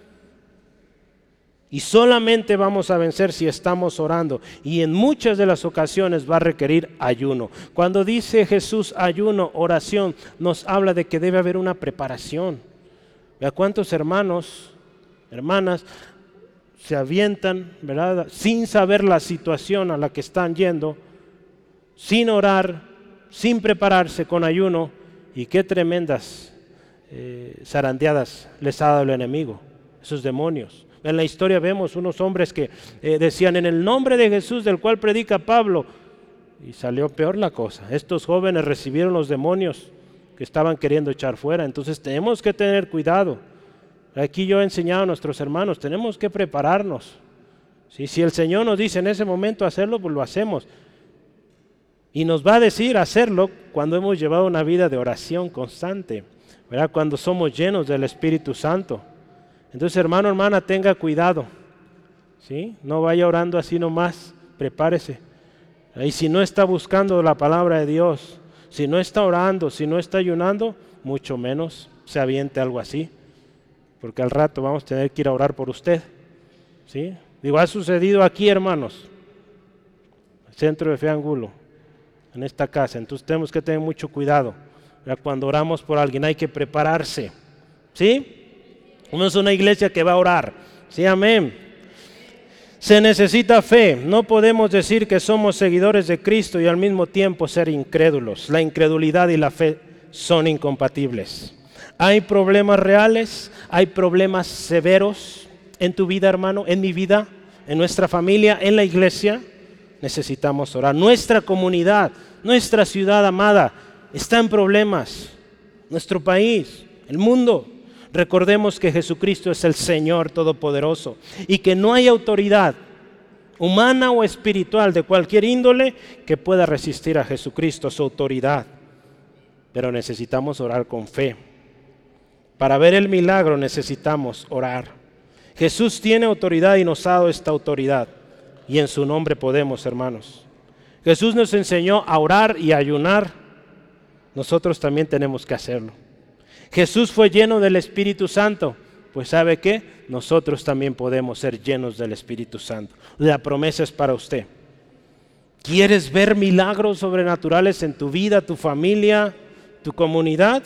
Y solamente vamos a vencer si estamos orando. Y en muchas de las ocasiones va a requerir ayuno. Cuando dice Jesús ayuno, oración, nos habla de que debe haber una preparación. Vea cuántos hermanos, hermanas, se avientan, ¿verdad?, sin saber la situación a la que están yendo, sin orar, sin prepararse con ayuno, y qué tremendas eh, zarandeadas les ha dado el enemigo, esos demonios. En la historia vemos unos hombres que eh, decían en el nombre de Jesús del cual predica Pablo, y salió peor la cosa. Estos jóvenes recibieron los demonios que estaban queriendo echar fuera. Entonces tenemos que tener cuidado. Aquí yo he enseñado a nuestros hermanos, tenemos que prepararnos. ¿Sí? Si el Señor nos dice en ese momento hacerlo, pues lo hacemos. Y nos va a decir hacerlo cuando hemos llevado una vida de oración constante, ¿verdad? Cuando somos llenos del Espíritu Santo. Entonces, hermano, hermana, tenga cuidado. ¿Sí? No vaya orando así nomás, prepárese. Y si no está buscando la palabra de Dios, si no está orando, si no está ayunando, mucho menos se aviente algo así. Porque al rato vamos a tener que ir a orar por usted. ¿Sí? Digo, ha sucedido aquí, hermanos, Centro de Fe Angulo, en esta casa. Entonces tenemos que tener mucho cuidado. ¿Verdad? Cuando oramos por alguien hay que prepararse. ¿Sí? No es una iglesia que va a orar. ¿Sí? Amén. Se necesita fe. No podemos decir que somos seguidores de Cristo y al mismo tiempo ser incrédulos. La incredulidad y la fe son incompatibles. Hay problemas reales, hay problemas severos en tu vida, hermano, en mi vida, en nuestra familia, en la iglesia. Necesitamos orar. Nuestra comunidad, nuestra ciudad amada está en problemas. Nuestro país, el mundo. Recordemos que Jesucristo es el Señor Todopoderoso y que no hay autoridad humana o espiritual de cualquier índole que pueda resistir a Jesucristo, su autoridad. Pero necesitamos orar con fe. Para ver el milagro necesitamos orar. Jesús tiene autoridad y nos ha dado esta autoridad. Y en su nombre podemos, hermanos. Jesús nos enseñó a orar y a ayunar. Nosotros también tenemos que hacerlo. Jesús fue lleno del Espíritu Santo. Pues ¿sabe qué? Nosotros también podemos ser llenos del Espíritu Santo. La promesa es para usted. ¿Quieres ver milagros sobrenaturales en tu vida, tu familia, tu comunidad?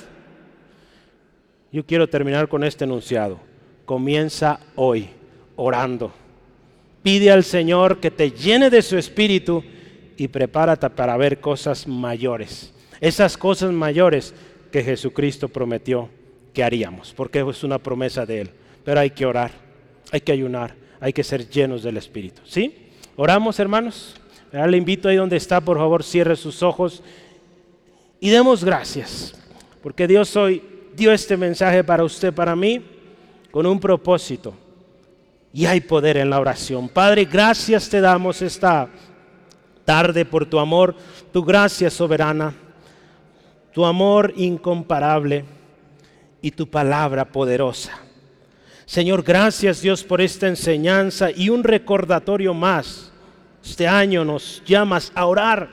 Yo quiero terminar con este enunciado. Comienza hoy orando. Pide al Señor que te llene de su Espíritu y prepárate para ver cosas mayores. Esas cosas mayores que Jesucristo prometió que haríamos, porque es una promesa de Él. Pero hay que orar, hay que ayunar, hay que ser llenos del Espíritu. ¿Sí? Oramos, hermanos. Le invito ahí donde está, por favor, cierre sus ojos y demos gracias, porque Dios hoy dio este mensaje para usted, para mí, con un propósito. Y hay poder en la oración. Padre, gracias te damos esta tarde por tu amor, tu gracia soberana, tu amor incomparable y tu palabra poderosa. Señor, gracias Dios por esta enseñanza y un recordatorio más. Este año nos llamas a orar.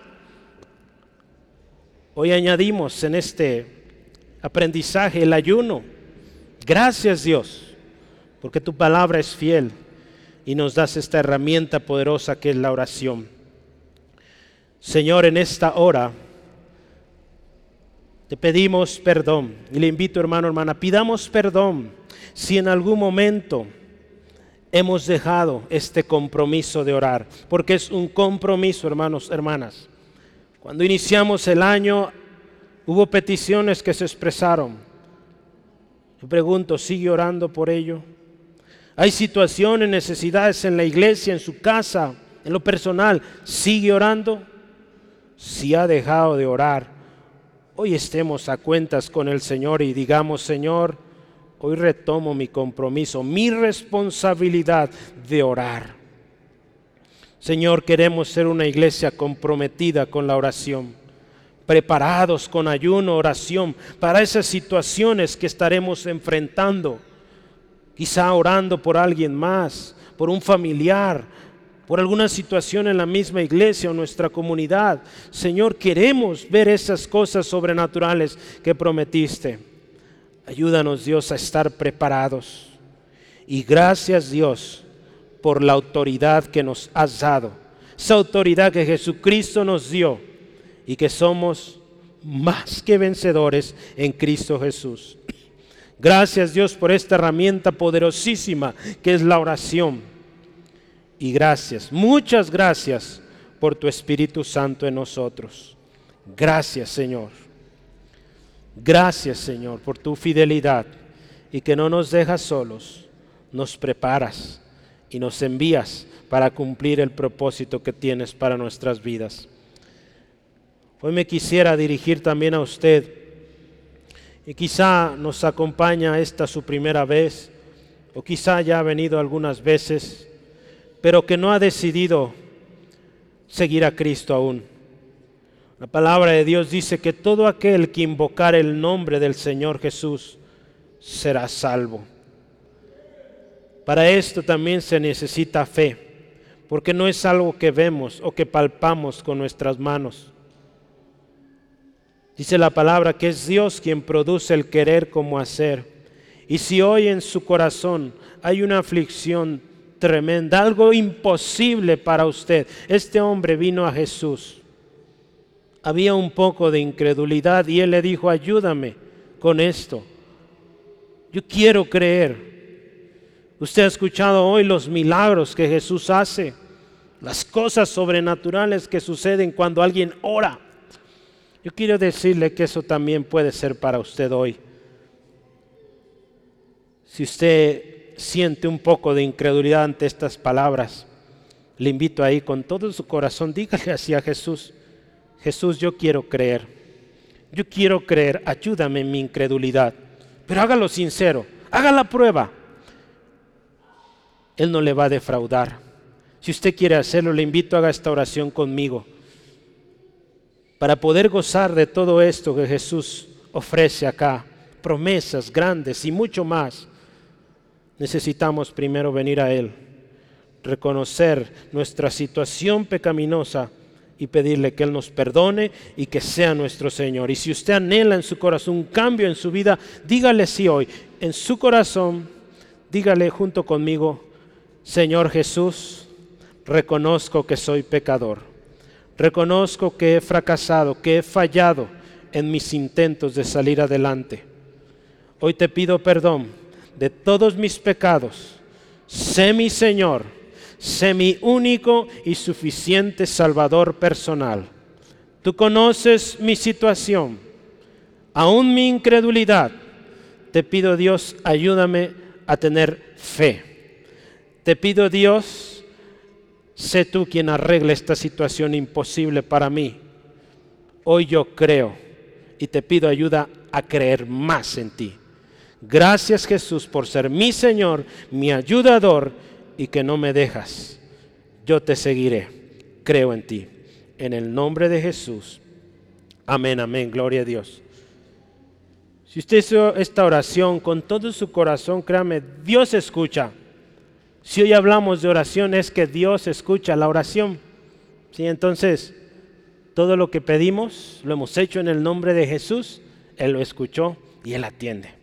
Hoy añadimos en este aprendizaje el ayuno. Gracias Dios, porque tu palabra es fiel y nos das esta herramienta poderosa que es la oración. Señor, en esta hora te pedimos perdón y le invito, hermano, hermana, pidamos perdón si en algún momento hemos dejado este compromiso de orar, porque es un compromiso, hermanos, hermanas. Cuando iniciamos el año hubo peticiones que se expresaron. Yo pregunto, ¿sigue orando por ello? Hay situaciones, necesidades en la iglesia, en su casa, en lo personal, ¿sigue orando? Si ha dejado de orar, hoy estemos a cuentas con el Señor y digamos, Señor, hoy retomo mi compromiso, mi responsabilidad de orar. Señor, queremos ser una iglesia comprometida con la oración, preparados con ayuno, oración, para esas situaciones que estaremos enfrentando. Quizá orando por alguien más, por un familiar, por alguna situación en la misma iglesia o nuestra comunidad. Señor, queremos ver esas cosas sobrenaturales que prometiste. Ayúdanos, Dios, a estar preparados. Y gracias, Dios, por la autoridad que nos has dado. Esa autoridad que Jesucristo nos dio y que somos más que vencedores en Cristo Jesús. Gracias, Dios, por esta herramienta poderosísima que es la oración. Y gracias, muchas gracias por tu Espíritu Santo en nosotros. Gracias, Señor. Gracias, Señor, por tu fidelidad y que no nos dejas solos, nos preparas y nos envías para cumplir el propósito que tienes para nuestras vidas. Hoy me quisiera dirigir también a usted y quizá nos acompaña esta su primera vez o quizá ya ha venido algunas veces, pero que no ha decidido seguir a Cristo aún. La palabra de Dios dice que todo aquel que invocar el nombre del Señor Jesús será salvo. Para esto también se necesita fe, porque no es algo que vemos o que palpamos con nuestras manos. Dice la palabra que es Dios quien produce el querer como hacer. Y si hoy en su corazón hay una aflicción tremenda, algo imposible para usted, este hombre vino a Jesús. Había un poco de incredulidad y él le dijo, ayúdame con esto. Yo quiero creer. Usted ha escuchado hoy los milagros que Jesús hace, las cosas sobrenaturales que suceden cuando alguien ora. Yo quiero decirle que eso también puede ser para usted hoy. Si usted siente un poco de incredulidad ante estas palabras, le invito ahí con todo su corazón, dígale así a Jesús, Jesús, yo quiero creer, yo quiero creer, ayúdame en mi incredulidad, pero hágalo sincero, haga la prueba. Él no le va a defraudar. Si usted quiere hacerlo, le invito a haga esta oración conmigo. Para poder gozar de todo esto que Jesús ofrece acá, promesas grandes y mucho más, necesitamos primero venir a Él, reconocer nuestra situación pecaminosa y pedirle que Él nos perdone y que sea nuestro Señor. Y si usted anhela en su corazón un cambio en su vida, dígale sí hoy, en su corazón, dígale junto conmigo, Señor Jesús, reconozco que soy pecador, reconozco que he fracasado, que he fallado en mis intentos de salir adelante. Hoy te pido perdón de todos mis pecados, sé mi Señor, sé mi único y suficiente Salvador personal. Tú conoces mi situación, aún mi incredulidad. Te pido, Dios, ayúdame a tener fe. Te pido, Dios, sé tú quien arregle esta situación imposible para mí. Hoy yo creo y te pido ayuda a creer más en ti. Gracias, Jesús, por ser mi Señor, mi ayudador, y que no me dejas. Yo te seguiré. Creo en ti. En el nombre de Jesús. Amén, amén. Gloria a Dios. Si usted hizo esta oración con todo su corazón, créame, Dios escucha. Si hoy hablamos de oración es que Dios escucha la oración. ¿Sí? Entonces, todo lo que pedimos lo hemos hecho en el nombre de Jesús, Él lo escuchó y Él atiende.